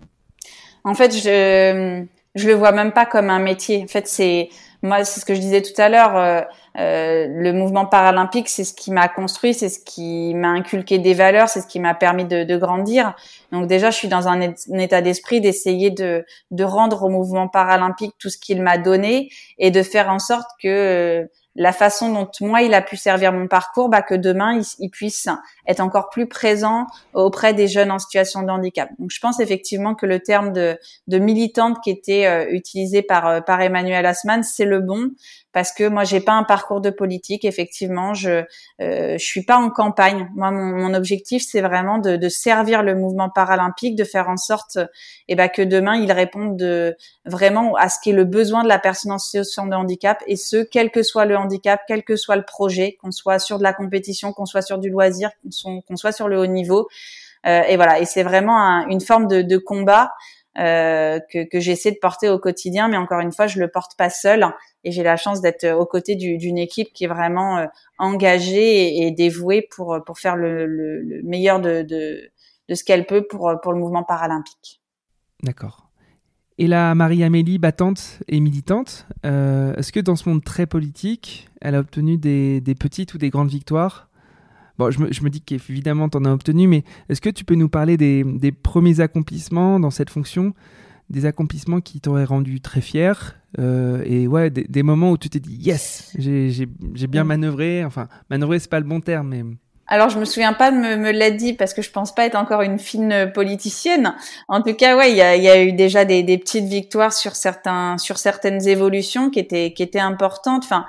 En fait, je je le vois même pas comme un métier. En fait, c'est moi, c'est ce que je disais tout à l'heure. Euh, euh, le mouvement paralympique, c'est ce qui m'a construit, c'est ce qui m'a inculqué des valeurs, c'est ce qui m'a permis de, de grandir. Donc déjà, je suis dans un, é- un état d'esprit d'essayer de de rendre au mouvement paralympique tout ce qu'il m'a donné et de faire en sorte que euh, la façon dont moi il a pu servir mon parcours, bah que demain il, il puisse être encore plus présent auprès des jeunes en situation de handicap. Donc je pense effectivement que le terme de, de militante qui était euh, utilisé par euh, par Emmanuel Haussmann, c'est le bon, parce que moi j'ai pas un parcours de politique. Effectivement, je euh, je suis pas en campagne. Moi mon, mon objectif c'est vraiment de, de servir le mouvement paralympique, de faire en sorte eh ben que demain il réponde de vraiment à ce qui est le besoin de la personne en situation de handicap, et ce quel que soit le handicap, quel que soit le projet, qu'on soit sur de la compétition, qu'on soit sur du loisir, qu'on soit, qu'on soit sur le haut niveau. Euh, et voilà, et c'est vraiment un, une forme de, de combat euh, que, que j'essaie de porter au quotidien, mais encore une fois, je le porte pas seule, et j'ai la chance d'être aux côtés du, d'une équipe qui est vraiment euh, engagée et, et dévouée pour pour faire le, le, le meilleur de, de de ce qu'elle peut pour pour le mouvement paralympique.
D'accord. Et la Marie-Amélie, battante et militante, euh, est-ce que dans ce monde très politique, elle a obtenu des, des petites ou des grandes victoires? Bon, je me, je me dis qu'évidemment, tu en as obtenu, mais est-ce que tu peux nous parler des, des premiers accomplissements dans cette fonction, des accomplissements qui t'auraient rendu très fier, euh, et ouais, des, des moments où tu t'es dit « Yes, j'ai, j'ai, j'ai bien manœuvré », enfin, manœuvrer, c'est pas le bon terme, mais...
Alors, je me souviens pas de me, me l'être dit parce que je pense pas être encore une fine politicienne. En tout cas, ouais, il y a, il y a eu déjà des, des petites victoires sur certains, sur certaines évolutions qui étaient, qui étaient importantes. Enfin,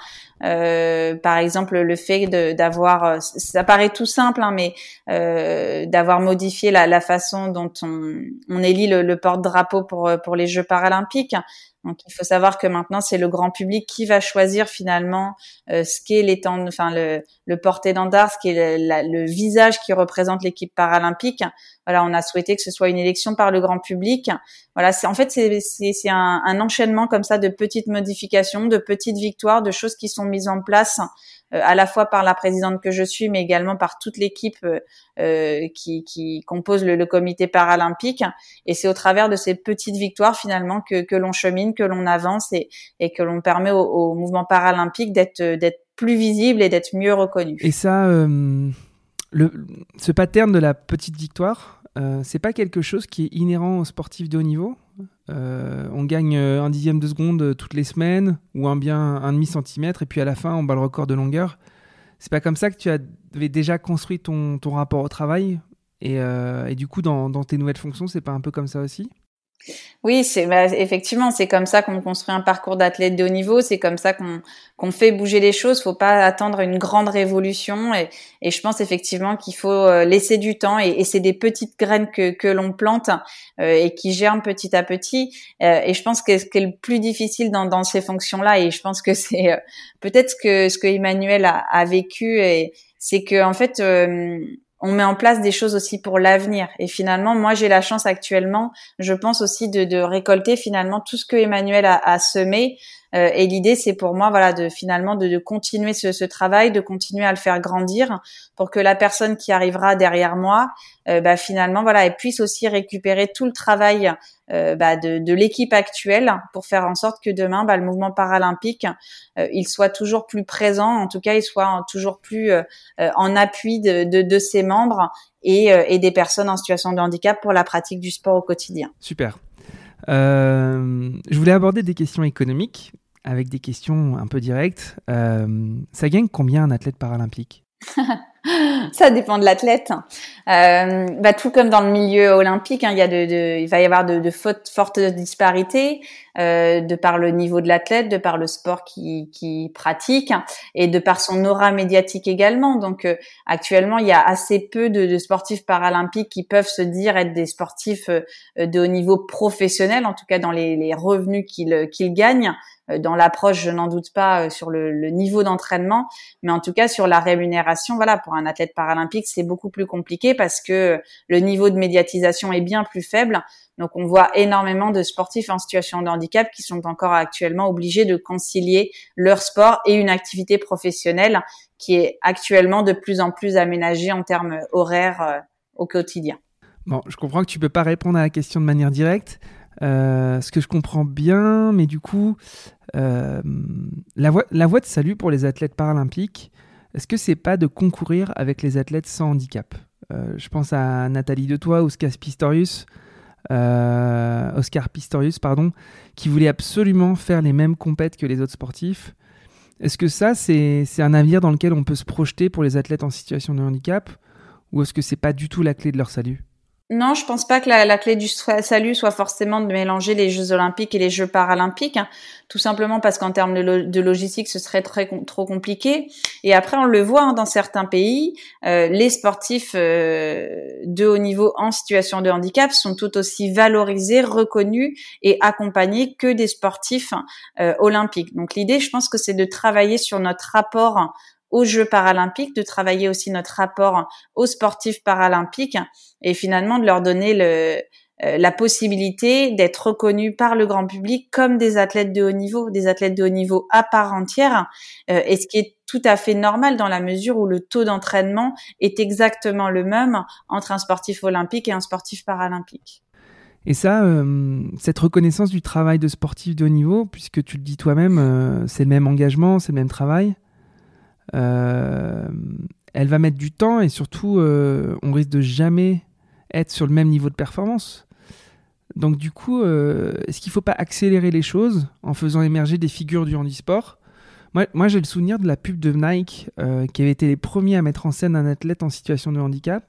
euh, par exemple, le fait de, d'avoir, ça paraît tout simple, hein, mais euh, d'avoir modifié la, la façon dont on, on élit le, le porte-drapeau pour, pour les Jeux paralympiques. Donc, il faut savoir que maintenant, c'est le grand public qui va choisir finalement euh, ce qu'est l'étendard, enfin le, le porte-étendard, ce qui est le, la, le visage qui représente l'équipe paralympique. Voilà, on a souhaité que ce soit une élection par le grand public. Voilà, c'est en fait c'est c'est, c'est un, un enchaînement comme ça de petites modifications, de petites victoires, de choses qui sont mises en place euh, à la fois par la présidente que je suis, mais également par toute l'équipe euh, euh, qui, qui compose le, le comité paralympique. Et c'est au travers de ces petites victoires finalement que, que l'on chemine, que l'on avance et, et que l'on permet au, au mouvement paralympique d'être, d'être plus visible et d'être mieux reconnu.
Et ça, euh, le, ce pattern de la petite victoire, euh, c'est pas quelque chose qui est inhérent aux sportifs de haut niveau? Euh, on gagne un dixième de seconde toutes les semaines, ou un bien un demi centimètre, et puis à la fin, on bat le record de longueur. C'est pas comme ça que tu avais déjà construit ton, ton rapport au travail, et, euh, et du coup, dans, dans tes nouvelles fonctions, c'est pas un peu comme ça aussi?
Oui, c'est bah, effectivement, c'est comme ça qu'on construit un parcours d'athlète de haut niveau, c'est comme ça qu'on qu'on fait bouger les choses. Faut pas attendre une grande révolution, et, et je pense effectivement qu'il faut euh, laisser du temps, et, et c'est des petites graines que que l'on plante euh, et qui germent petit à petit. Euh, et je pense que ce qui est le plus difficile dans dans ces fonctions-là, et je pense que c'est euh, peut-être ce que ce que Emmanuel a, a vécu, et c'est que en fait euh, on met en place des choses aussi pour l'avenir. Et finalement, moi, j'ai la chance actuellement, je pense aussi de, de récolter finalement tout ce que Emmanuel a, a semé. Euh, et l'idée, c'est pour moi, voilà, de finalement de, de continuer ce, ce travail, de continuer à le faire grandir, pour que la personne qui arrivera derrière moi, euh, bah, finalement, voilà, elle puisse aussi récupérer tout le travail euh, bah, de, de l'équipe actuelle, pour faire en sorte que demain, bah, le mouvement paralympique, euh, il soit toujours plus présent. En tout cas, il soit toujours plus euh, en appui de, de, de ses membres et, euh, et des personnes en situation de handicap pour la pratique du sport au quotidien.
Super. Euh, je voulais aborder des questions économiques. avec des questions un peu directes. Euh, ça gagne combien un athlète paralympique ?
Ça dépend de l'athlète. Euh, bah, tout comme dans le milieu olympique, hein, il y a de, de, il va y avoir de, de fortes, fortes disparités euh, de par le niveau de l'athlète, de par le sport qu'il qui pratique et de par son aura médiatique également. Donc, euh, actuellement, il y a assez peu de, de sportifs paralympiques qui peuvent se dire être des sportifs euh, de haut niveau professionnel, en tout cas dans les, les revenus qu'ils, qu'ils gagnent. Dans l'approche, je n'en doute pas, sur le, le niveau d'entraînement, mais en tout cas sur la rémunération, voilà, pour un athlète paralympique, c'est beaucoup plus compliqué parce que le niveau de médiatisation est bien plus faible. Donc, on voit énormément de sportifs en situation de handicap qui sont encore actuellement obligés de concilier leur sport et une activité professionnelle qui est actuellement de plus en plus aménagée en termes horaires euh, au quotidien.
Bon, je comprends que tu peux pas répondre à la question de manière directe. Euh, ce que je comprends bien, mais du coup, euh, la, voie, la voie de salut pour les athlètes paralympiques, est-ce que c'est pas de concourir avec les athlètes sans handicap ? euh, Je pense à Nathalie Detoy, Oscar Pistorius, euh, Oscar Pistorius, pardon, qui voulait absolument faire les mêmes compètes que les autres sportifs. Est-ce que ça, c'est, c'est un navire dans lequel on peut se projeter pour les athlètes en situation de handicap, ou est-ce que c'est pas du tout la clé de leur salut ?
Non, je pense pas que la, la clé du salut soit forcément de mélanger les Jeux olympiques et les Jeux paralympiques, hein, tout simplement parce qu'en termes de, lo- de logistique, ce serait très trop compliqué. Et après, on le voit hein, dans certains pays, euh, les sportifs euh, de haut niveau en situation de handicap sont tout aussi valorisés, reconnus et accompagnés que des sportifs euh, olympiques. Donc l'idée, je pense que c'est de travailler sur notre rapport aux Jeux paralympiques, de travailler aussi notre rapport aux sportifs paralympiques et finalement de leur donner le, euh, la possibilité d'être reconnus par le grand public comme des athlètes de haut niveau, des athlètes de haut niveau à part entière, euh, et ce qui est tout à fait normal dans la mesure où le taux d'entraînement est exactement le même entre un sportif olympique et un sportif paralympique.
Et ça, euh, cette reconnaissance du travail de sportif de haut niveau, puisque tu le dis toi-même, euh, c'est le même engagement, c'est le même travail, Euh, elle va mettre du temps et surtout euh, on risque de jamais être sur le même niveau de performance. Donc du coup, euh, est-ce qu'il ne faut pas accélérer les choses en faisant émerger des figures du handisport ? Moi, moi j'ai le souvenir de la pub de Nike euh, qui avait été les premiers à mettre en scène un athlète en situation de handicap.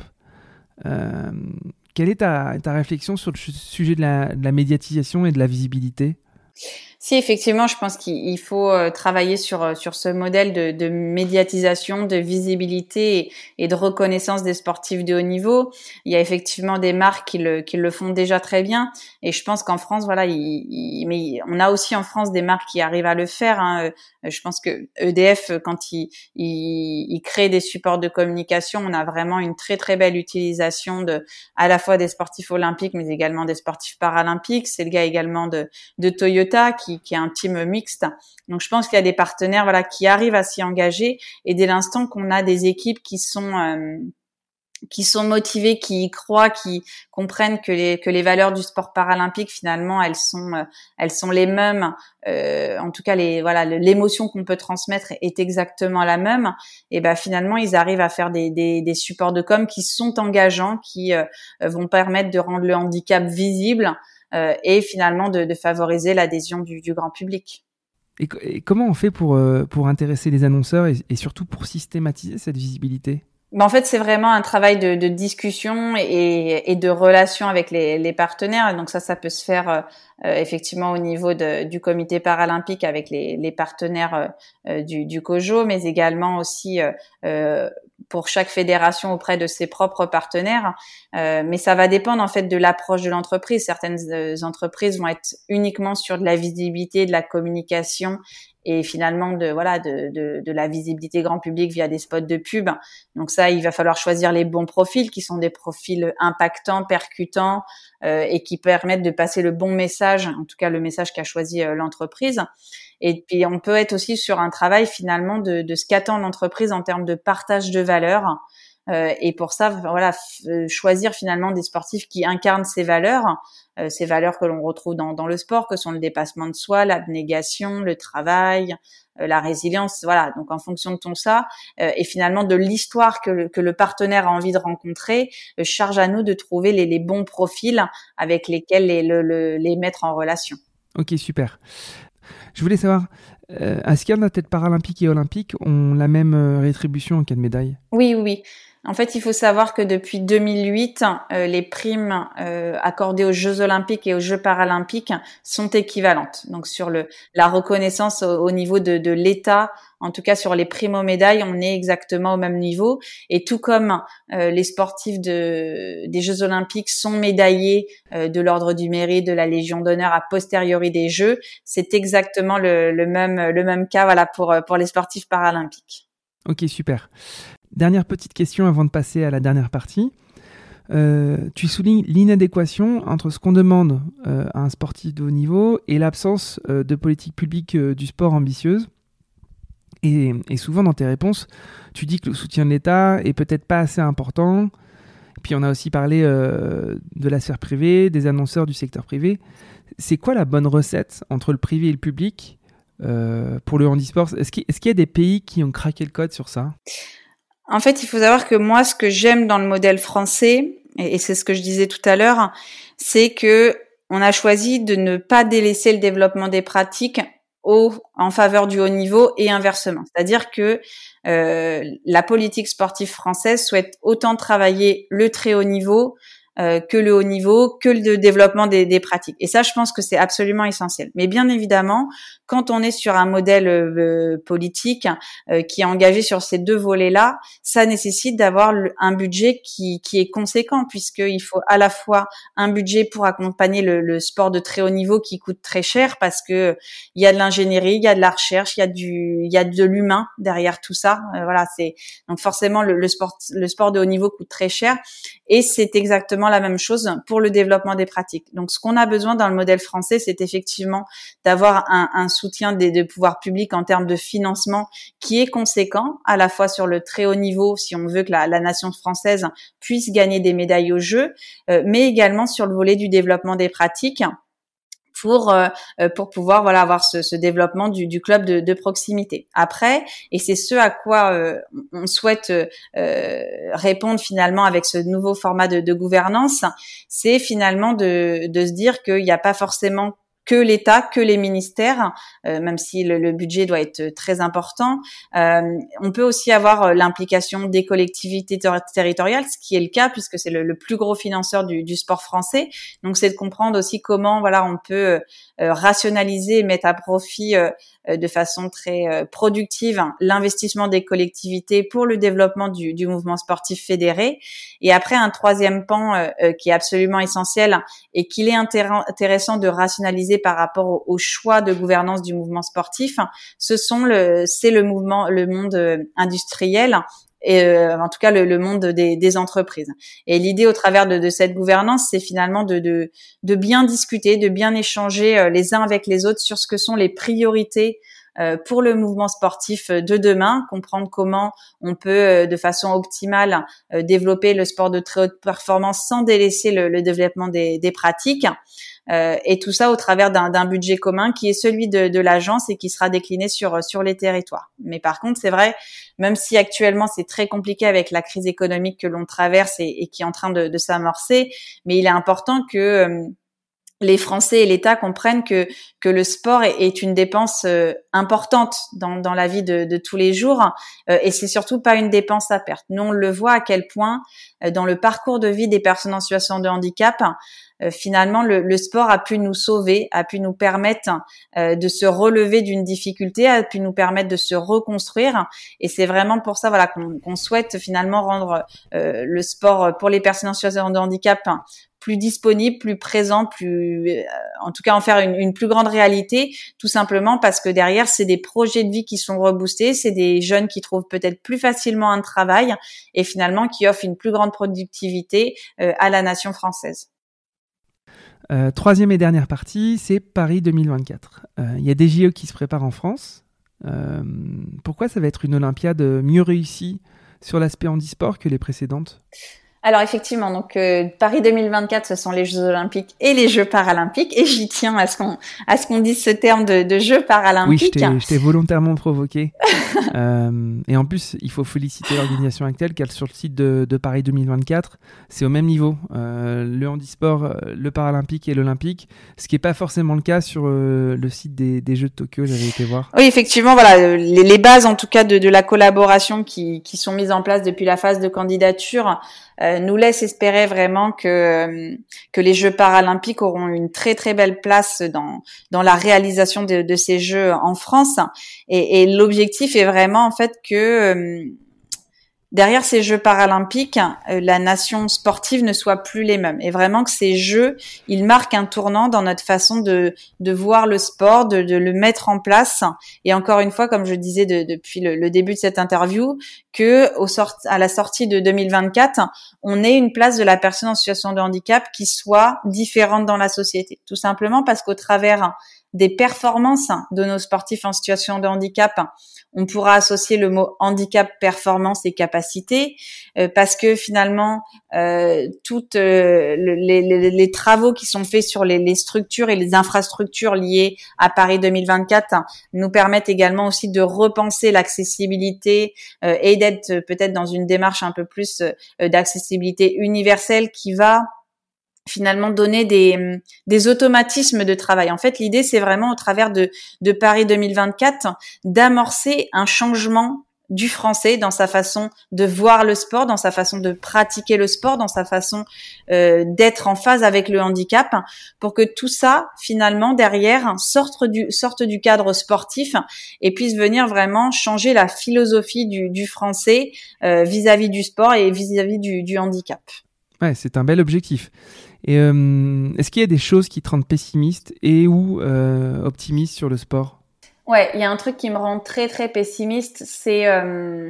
Euh, quelle est ta, ta réflexion sur le sujet de la, de la médiatisation et de la visibilité ?
Si effectivement, je pense qu'il faut euh, travailler sur sur ce modèle de, de médiatisation, de visibilité et, et de reconnaissance des sportifs de haut niveau. Il y a effectivement des marques qui le qui le font déjà très bien, et je pense qu'en France, voilà, il, il, mais on a aussi en France des marques qui arrivent à le faire. Hein. Je pense que E D F, quand il, il il crée des supports de communication, on a vraiment une très très belle utilisation de à la fois des sportifs olympiques, mais également des sportifs paralympiques. C'est le cas également de de Toyota qui qui est un team mixte. Donc je pense qu'il y a des partenaires voilà qui arrivent à s'y engager, et dès l'instant qu'on a des équipes qui sont euh, qui sont motivées, qui y croient, qui comprennent que les que les valeurs du sport paralympique finalement elles sont euh, elles sont les mêmes, euh, en tout cas les voilà l'émotion qu'on peut transmettre est exactement la même, et ben finalement ils arrivent à faire des des des supports de com qui sont engageants, qui euh, vont permettre de rendre le handicap visible euh, et finalement de, de favoriser l'adhésion du, du grand public.
Et, et comment on fait pour, euh, pour intéresser les annonceurs et, et surtout pour systématiser cette visibilité ?
Ben en fait, c'est vraiment un travail de, de discussion et, et de relation avec les, les partenaires. Et donc ça, ça peut se faire euh, effectivement au niveau de, du comité paralympique avec les, les partenaires euh, du, du COJO, mais également aussi euh, pour chaque fédération auprès de ses propres partenaires. Euh, mais ça va dépendre en fait de l'approche de l'entreprise. Certaines euh, entreprises vont être uniquement sur de la visibilité, de la communication et finalement de voilà de, de de la visibilité grand public via des spots de pub. Donc ça, il va falloir choisir les bons profils qui sont des profils impactants, percutants euh, et qui permettent de passer le bon message, en tout cas le message qu'a choisi euh, l'entreprise. Et puis on peut être aussi sur un travail finalement de, de ce qu'attend l'entreprise en termes de partage de valeurs. Euh, et pour ça, voilà, f- choisir finalement des sportifs qui incarnent ces valeurs, euh, ces valeurs que l'on retrouve dans, dans le sport, que sont le dépassement de soi, l'abnégation, le travail, euh, la résilience. Voilà. Donc, en fonction de tout ça, euh, et finalement de l'histoire que le, que le partenaire a envie de rencontrer, euh, charge à nous de trouver les, les bons profils avec lesquels les, le, le, les mettre en relation.
Ok, super. Je voulais savoir, euh, est-ce qu'il y en a peut-être paralympiques et olympiques ont la même euh, rétribution en cas de médaille ?
Oui, oui. En fait, il faut savoir que depuis deux mille huit, euh, les primes euh, accordées aux Jeux olympiques et aux Jeux paralympiques sont équivalentes. Donc, sur le la reconnaissance au, au niveau de, de l'État, en tout cas sur les primes aux médailles, on est exactement au même niveau. Et tout comme euh, les sportifs de, des Jeux olympiques sont médaillés euh, de l'Ordre du Mérite, de la Légion d'honneur a posteriori des Jeux, c'est exactement le, le même le même cas, voilà, pour pour les sportifs paralympiques.
Ok, super. Dernière petite question avant de passer à la dernière partie. Euh, tu soulignes l'inadéquation entre ce qu'on demande euh, à un sportif de haut niveau et l'absence euh, de politique publique euh, du sport ambitieuse. Et, et souvent dans tes réponses, tu dis que le soutien de l'État est peut-être pas assez important. Puis on a aussi parlé euh, de la sphère privée, des annonceurs du secteur privé. C'est quoi la bonne recette entre le privé et le public euh, pour le handisport ? Est-ce qu'il, est-ce qu'il y a des pays qui ont craqué le code sur ça ?
En fait, il faut savoir que moi, ce que j'aime dans le modèle français, et c'est ce que je disais tout à l'heure, c'est que on a choisi de ne pas délaisser le développement des pratiques au, en faveur du haut niveau et inversement. C'est-à-dire que euh, la politique sportive française souhaite autant travailler le très haut niveau Euh, que le haut niveau, que le développement des, des pratiques. Et ça, je pense que c'est absolument essentiel. Mais bien évidemment, quand on est sur un modèle euh, politique euh, qui est engagé sur ces deux volets-là, ça nécessite d'avoir le, un budget qui, qui est conséquent, puisqu'il faut à la fois un budget pour accompagner le, le sport de très haut niveau qui coûte très cher, parce que il y a de l'ingénierie, il y a de la recherche, il y a du, il y a de l'humain derrière tout ça. Euh, voilà, c'est donc forcément le, le sport, le sport de haut niveau coûte très cher, et c'est exactement la même chose pour le développement des pratiques. Donc, ce qu'on a besoin dans le modèle français, c'est effectivement d'avoir un, un soutien des, des pouvoirs publics en termes de financement qui est conséquent, à la fois sur le très haut niveau, si on veut que la, la nation française puisse gagner des médailles aux Jeux, euh, mais également sur le volet du développement des pratiques, pour euh, pour pouvoir voilà avoir ce, ce développement du, du club de, de proximité. Après, et c'est ce à quoi euh, on souhaite euh, répondre finalement avec ce nouveau format de, de gouvernance, c'est finalement de de se dire qu'il n'y a pas forcément que l'État, que les ministères, euh, même si le, le budget doit être très important. Euh, on peut aussi avoir l'implication des collectivités ter- territoriales, ce qui est le cas puisque c'est le, le plus gros financeur du, du sport français. Donc, c'est de comprendre aussi comment, voilà, on peut euh, rationaliser et mettre à profit euh, de façon très euh, productive l'investissement des collectivités pour le développement du, du mouvement sportif fédéré. Et après, un troisième pan euh, euh, qui est absolument essentiel et qu'il est intér- intéressant de rationaliser par rapport au, au choix de gouvernance du mouvement sportif, ce sont le, c'est le mouvement, le monde industriel et euh, en tout cas le, le monde des, des entreprises. Et l'idée au travers de, de cette gouvernance, c'est finalement de, de, de bien discuter, de bien échanger les uns avec les autres sur ce que sont les priorités pour le mouvement sportif de demain, comprendre comment on peut de façon optimale développer le sport de très haute performance sans délaisser le, le développement des, des pratiques. Euh, et tout ça au travers d'un, d'un budget commun qui est celui de, de l'agence et qui sera décliné sur sur les territoires. Mais par contre, c'est vrai, même si actuellement c'est très compliqué avec la crise économique que l'on traverse et, et qui est en train de, de s'amorcer, mais il est important que euh, les Français et l'État comprennent que que le sport est, est une dépense euh, importante dans dans la vie de, de tous les jours euh, et c'est surtout pas une dépense à perte. Nous on le voit à quel point euh, dans le parcours de vie des personnes en situation de handicap, euh, finalement le, le sport a pu nous sauver, a pu nous permettre euh, de se relever d'une difficulté, a pu nous permettre de se reconstruire et c'est vraiment pour ça voilà qu'on, qu'on souhaite finalement rendre euh, le sport pour les personnes en situation de handicap plus disponible, plus présent, plus, euh, en tout cas en faire une, une plus grande réalité, tout simplement parce que derrière, c'est des projets de vie qui sont reboostés, c'est des jeunes qui trouvent peut-être plus facilement un travail et finalement qui offrent une plus grande productivité euh, à la nation française.
Euh, troisième et dernière partie, c'est Paris deux mille vingt-quatre. Il euh, y a des J O qui se préparent en France. Euh, pourquoi ça va être une Olympiade mieux réussie sur l'aspect handisport que les précédentes ?
Alors effectivement, donc euh, Paris deux mille vingt-quatre, ce sont les Jeux Olympiques et les Jeux Paralympiques, et j'y tiens à ce qu'on à ce qu'on dise ce terme de, de Jeux Paralympiques.
Oui, je t'ai, je t'ai volontairement provoqué. euh, et en plus, il faut féliciter l'organisation actuelle, car sur le site de, de Paris deux mille vingt-quatre, c'est au même niveau. Euh, le handisport, le paralympique et l'olympique, ce qui n'est pas forcément le cas sur euh, le site des, des Jeux de Tokyo. J'avais été voir.
Oui, effectivement, voilà, les, les bases en tout cas de, de la collaboration qui, qui sont mises en place depuis la phase de candidature Euh, nous laisse espérer vraiment que que les Jeux paralympiques auront une très très belle place dans dans la réalisation de, de ces Jeux en France. Et, et l'objectif est vraiment en fait que euh, derrière ces Jeux paralympiques, euh, la nation sportive ne soit plus les mêmes. Et vraiment que ces Jeux, ils marquent un tournant dans notre façon de de voir le sport, de, de le mettre en place. Et encore une fois, comme je disais de, depuis le, le début de cette interview, que au sort, à la sortie de deux mille vingt-quatre, on ait une place de la personne en situation de handicap qui soit différente dans la société. Tout simplement parce qu'au travers des performances de nos sportifs en situation de handicap, on pourra associer le mot handicap, performance et capacité, euh, parce que finalement, euh, toutes euh, les, les, les travaux qui sont faits sur les, les structures et les infrastructures liées à Paris deux mille vingt-quatre nous permettent également aussi de repenser l'accessibilité euh, et d'être peut-être dans une démarche un peu plus euh, d'accessibilité universelle qui va finalement donner des des automatismes de travail. En fait, l'idée, c'est vraiment au travers de de Paris deux mille vingt-quatre d'amorcer un changement du français dans sa façon de voir le sport, dans sa façon de pratiquer le sport, dans sa façon euh, d'être en phase avec le handicap, pour que tout ça, finalement, derrière, sorte du sorte du cadre sportif et puisse venir vraiment changer la philosophie du du français euh, vis-à-vis du sport et vis-à-vis du du handicap.
Ouais, c'est un bel objectif. Et euh, est-ce qu'il y a des choses qui te rendent pessimiste et ou euh, optimiste sur le sport ?
Ouais, il y a un truc qui me rend très très pessimiste, c'est euh,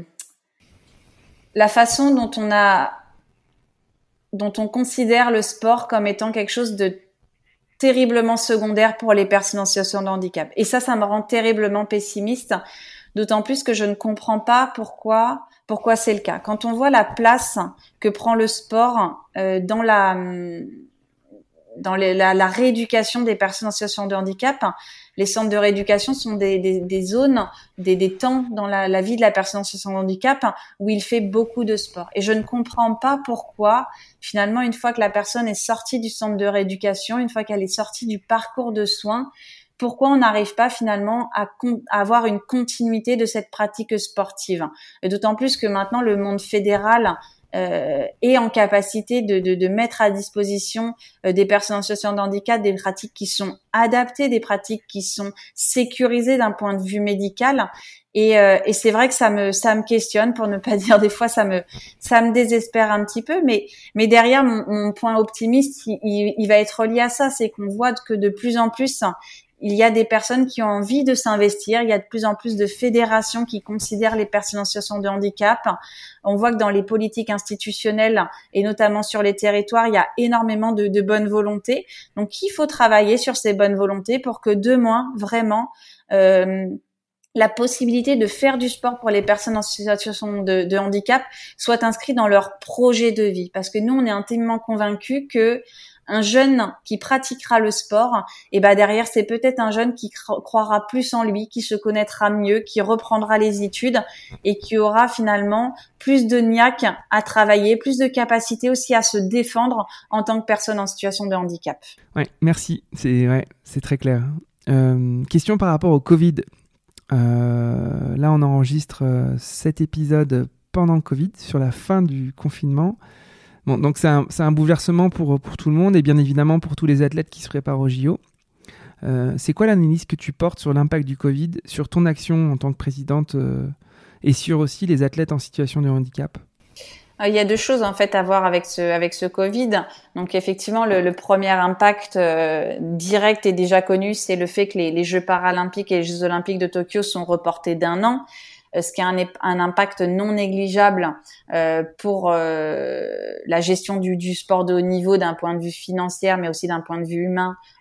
la façon dont on a, dont on considère le sport comme étant quelque chose de terriblement secondaire pour les personnes en situation de handicap. Et ça, ça me rend terriblement pessimiste, d'autant plus que je ne comprends pas pourquoi, pourquoi c'est le cas. Quand on voit la place que prend le sport euh, dans la dans les, la, la rééducation des personnes en situation de handicap, les centres de rééducation sont des, des, des zones, des, des temps dans la, la vie de la personne en situation de handicap où il fait beaucoup de sport. Et je ne comprends pas pourquoi, finalement, une fois que la personne est sortie du centre de rééducation, une fois qu'elle est sortie du parcours de soins, pourquoi on n'arrive pas finalement à, con- à avoir une continuité de cette pratique sportive. Et d'autant plus que maintenant, le monde fédéral Euh, et en capacité de, de, de mettre à disposition euh, des personnes en situation de handicap des pratiques qui sont adaptées, des pratiques qui sont sécurisées d'un point de vue médical. Et, euh, et c'est vrai que ça me ça me questionne, pour ne pas dire des fois ça me ça me désespère un petit peu. Mais mais derrière mon, mon point optimiste, il, il, il va être lié à ça, c'est qu'on voit que de plus en plus il y a des personnes qui ont envie de s'investir. Il y a de plus en plus de fédérations qui considèrent les personnes en situation de handicap. On voit que dans les politiques institutionnelles et notamment sur les territoires, il y a énormément de, de bonne volonté. Donc, il faut travailler sur ces bonnes volontés pour que demain, vraiment, euh, la possibilité de faire du sport pour les personnes en situation de, de handicap soit inscrite dans leur projet de vie. Parce que nous, on est intimement convaincus que un jeune qui pratiquera le sport, et ben derrière c'est peut-être un jeune qui cro- croira plus en lui, qui se connaîtra mieux, qui reprendra les études et qui aura finalement plus de niaque à travailler, plus de capacité aussi à se défendre en tant que personne en situation de handicap.
Ouais, merci, c'est ouais, c'est très clair. Euh, question par rapport au Covid. Euh, là, on enregistre euh, cet épisode pendant le Covid, sur la fin du confinement. Bon, donc c'est un, c'est un bouleversement pour, pour tout le monde et bien évidemment pour tous les athlètes qui se préparent au J O. Euh, c'est quoi l'analyse que tu portes sur l'impact du Covid, sur ton action en tant que présidente euh, et sur aussi les athlètes en situation de handicap ?
Il y a deux choses en fait à voir avec ce avec ce Covid. Donc effectivement, le, le premier impact euh, direct et déjà connu, c'est le fait que les, les Jeux paralympiques et les Jeux olympiques de Tokyo sont reportés d'un an, ce qui a un, un impact non négligeable euh, pour euh, la gestion du, du sport de haut niveau d'un point de vue financier, mais aussi d'un point de vue humain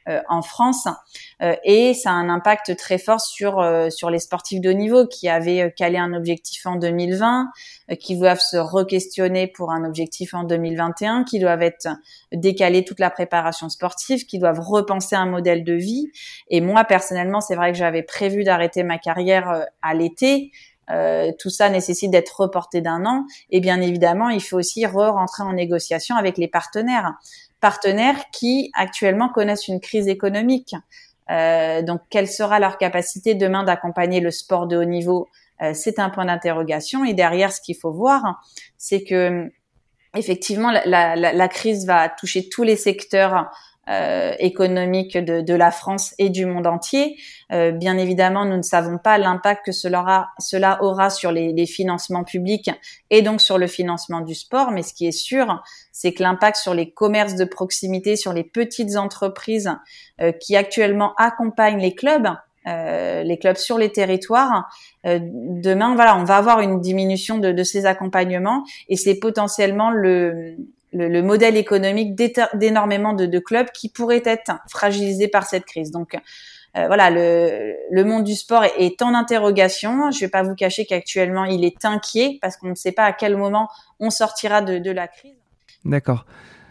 euh, en France, euh, et ça a un impact très fort sur euh, sur les sportifs de haut niveau qui avaient calé un objectif en deux mille vingt, euh, qui doivent se re-questionner pour un objectif en deux mille vingt et un, qui doivent être décaler toute la préparation sportive, qui doivent repenser un modèle de vie. Et moi personnellement, c'est vrai que j'avais prévu d'arrêter ma carrière euh, à l'été. Euh, tout ça nécessite d'être reporté d'un an, et bien évidemment il faut aussi re-rentrer en négociation avec les partenaires partenaires qui actuellement connaissent une crise économique. Euh, donc quelle sera leur capacité demain d'accompagner le sport de haut niveau? Euh, c'est un point d'interrogation, et derrière ce qu'il faut voir, c'est que effectivement la, la, la crise va toucher tous les secteurs Euh, économique de, de la France et du monde entier. Euh, bien évidemment, nous ne savons pas l'impact que cela aura, cela aura sur les, les financements publics et donc sur le financement du sport. Mais ce qui est sûr, c'est que l'impact sur les commerces de proximité, sur les petites entreprises euh, qui actuellement accompagnent les clubs, euh, les clubs sur les territoires, euh, demain, voilà, on va avoir une diminution de, de ces accompagnements, et c'est potentiellement le Le, le modèle économique d'énormément de, de clubs qui pourraient être fragilisés par cette crise. Donc euh, voilà, le, le monde du sport est, est en interrogation. Je ne vais pas vous cacher qu'actuellement il est inquiet parce qu'on ne sait pas à quel moment on sortira de, de la crise.
D'accord.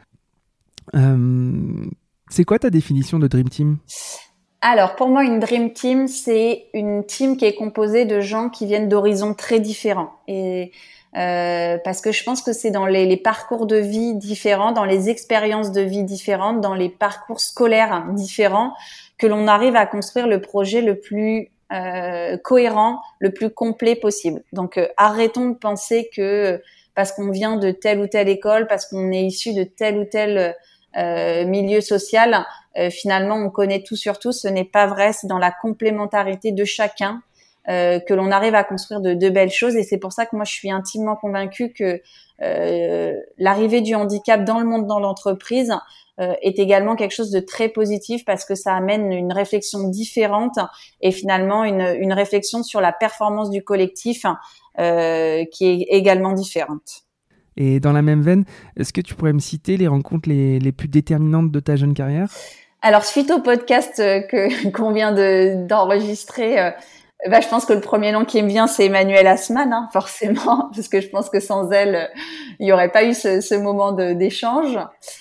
Euh, c'est quoi ta définition de Dream Team ?
Alors pour moi, une Dream Team, c'est une team qui est composée de gens qui viennent d'horizons très différents. Et Euh, parce que je pense que c'est dans les, les parcours de vie différents, dans les expériences de vie différentes, dans les parcours scolaires différents, que l'on arrive à construire le projet le plus euh, cohérent, le plus complet possible. Donc euh, arrêtons de penser que parce qu'on vient de telle ou telle école, parce qu'on est issu de tel ou tel euh, milieu social, euh, finalement on connaît tout sur tout. Ce n'est pas vrai, c'est dans la complémentarité de chacun Euh, que l'on arrive à construire de, de belles choses, et c'est pour ça que moi je suis intimement convaincue que euh, l'arrivée du handicap dans le monde, dans l'entreprise, euh, est également quelque chose de très positif, parce que ça amène une réflexion différente et finalement une, une réflexion sur la performance du collectif euh, qui est également différente.
Et dans la même veine, est-ce que tu pourrais me citer les rencontres les, les plus déterminantes de ta jeune carrière ?
Alors suite au podcast que qu'on vient de d'enregistrer, euh, Bah, je pense que le premier nom qui me vient, c'est Emmanuelle Assmann, hein, forcément, parce que je pense que sans elle, il n'y aurait pas eu ce, ce moment de, d'échange.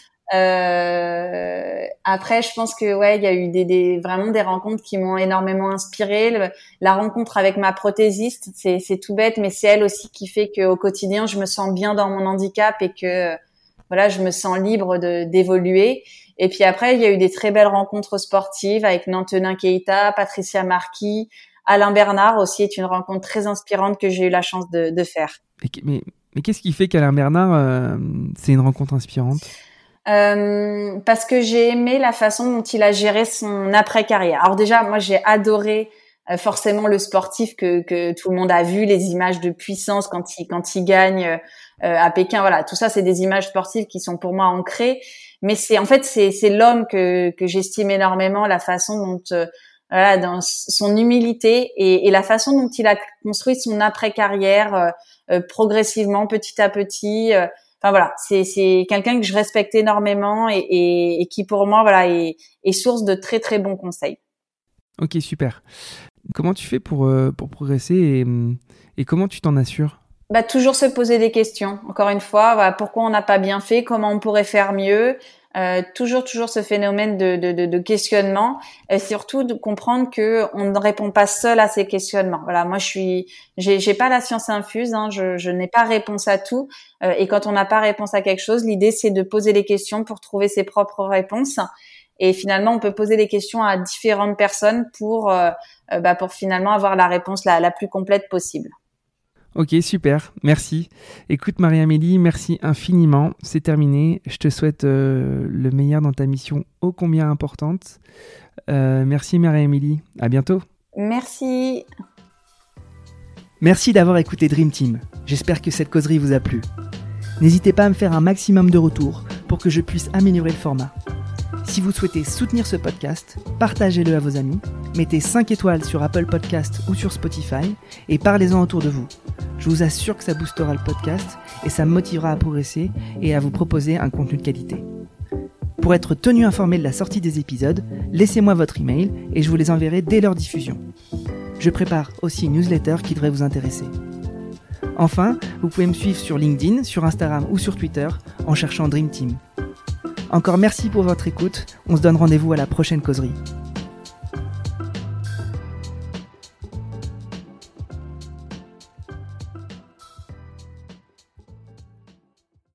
Euh, après, je pense que ouais, il y a eu des, des vraiment des rencontres qui m'ont énormément inspirée. Le, la rencontre avec ma prothésiste, c'est, c'est tout bête, mais c'est elle aussi qui fait qu'au quotidien, je me sens bien dans mon handicap et que voilà, je me sens libre de, d'évoluer. Et puis après, il y a eu des très belles rencontres sportives avec Nantenin Keita, Patricia Marquis. Alain Bernard aussi est une rencontre très inspirante que j'ai eu la chance de, de faire.
Mais, mais, mais qu'est-ce qui fait qu'Alain Bernard, euh, c'est une rencontre inspirante ?
euh, Parce que j'ai aimé la façon dont il a géré son après-carrière. Alors déjà, moi j'ai adoré euh, forcément le sportif que, que tout le monde a vu, les images de puissance quand il, quand il gagne euh, à Pékin. Voilà, tout ça c'est des images sportives qui sont pour moi ancrées. Mais c'est en fait c'est, c'est l'homme que, que j'estime énormément, la façon dont... Euh, Voilà, dans son humilité et, et la façon dont il a construit son après-carrière euh, euh, progressivement, petit à petit. Euh, enfin voilà, c'est, c'est quelqu'un que je respecte énormément et, et, et qui pour moi voilà est, est source de très très bons conseils.
Ok, super. Comment tu fais pour euh, pour progresser et, et comment tu t'en assures ?
Bah toujours se poser des questions. Encore une fois, voilà, pourquoi on n'a pas bien fait, comment on pourrait faire mieux. Euh, toujours, toujours ce phénomène de, de, de, de questionnement, et surtout de comprendre que on ne répond pas seul à ces questionnements. Voilà, moi je suis, j'ai, j'ai pas la science infuse, hein, je, je n'ai pas réponse à tout, euh, et quand on n'a pas réponse à quelque chose, l'idée c'est de poser les questions pour trouver ses propres réponses. Et finalement, on peut poser les questions à différentes personnes pour, euh, bah, pour finalement avoir la réponse la, la plus complète possible.
Ok, super, merci. Écoute Marie-Amélie, merci infiniment, c'est terminé. Je te souhaite euh, le meilleur dans ta mission ô combien importante. Euh, merci Marie-Amélie, à bientôt.
Merci.
Merci d'avoir écouté Dream Team, j'espère que cette causerie vous a plu. N'hésitez pas à me faire un maximum de retours pour que je puisse améliorer le format. Si vous souhaitez soutenir ce podcast, partagez-le à vos amis, mettez cinq étoiles sur Apple Podcast ou sur Spotify et parlez-en autour de vous. Je vous assure que ça boostera le podcast et ça me motivera à progresser et à vous proposer un contenu de qualité. Pour être tenu informé de la sortie des épisodes, laissez-moi votre email et je vous les enverrai dès leur diffusion. Je prépare aussi une newsletter qui devrait vous intéresser. Enfin, vous pouvez me suivre sur LinkedIn, sur Instagram ou sur Twitter en cherchant Dream Team. Encore merci pour votre écoute, on se donne rendez-vous à la prochaine causerie.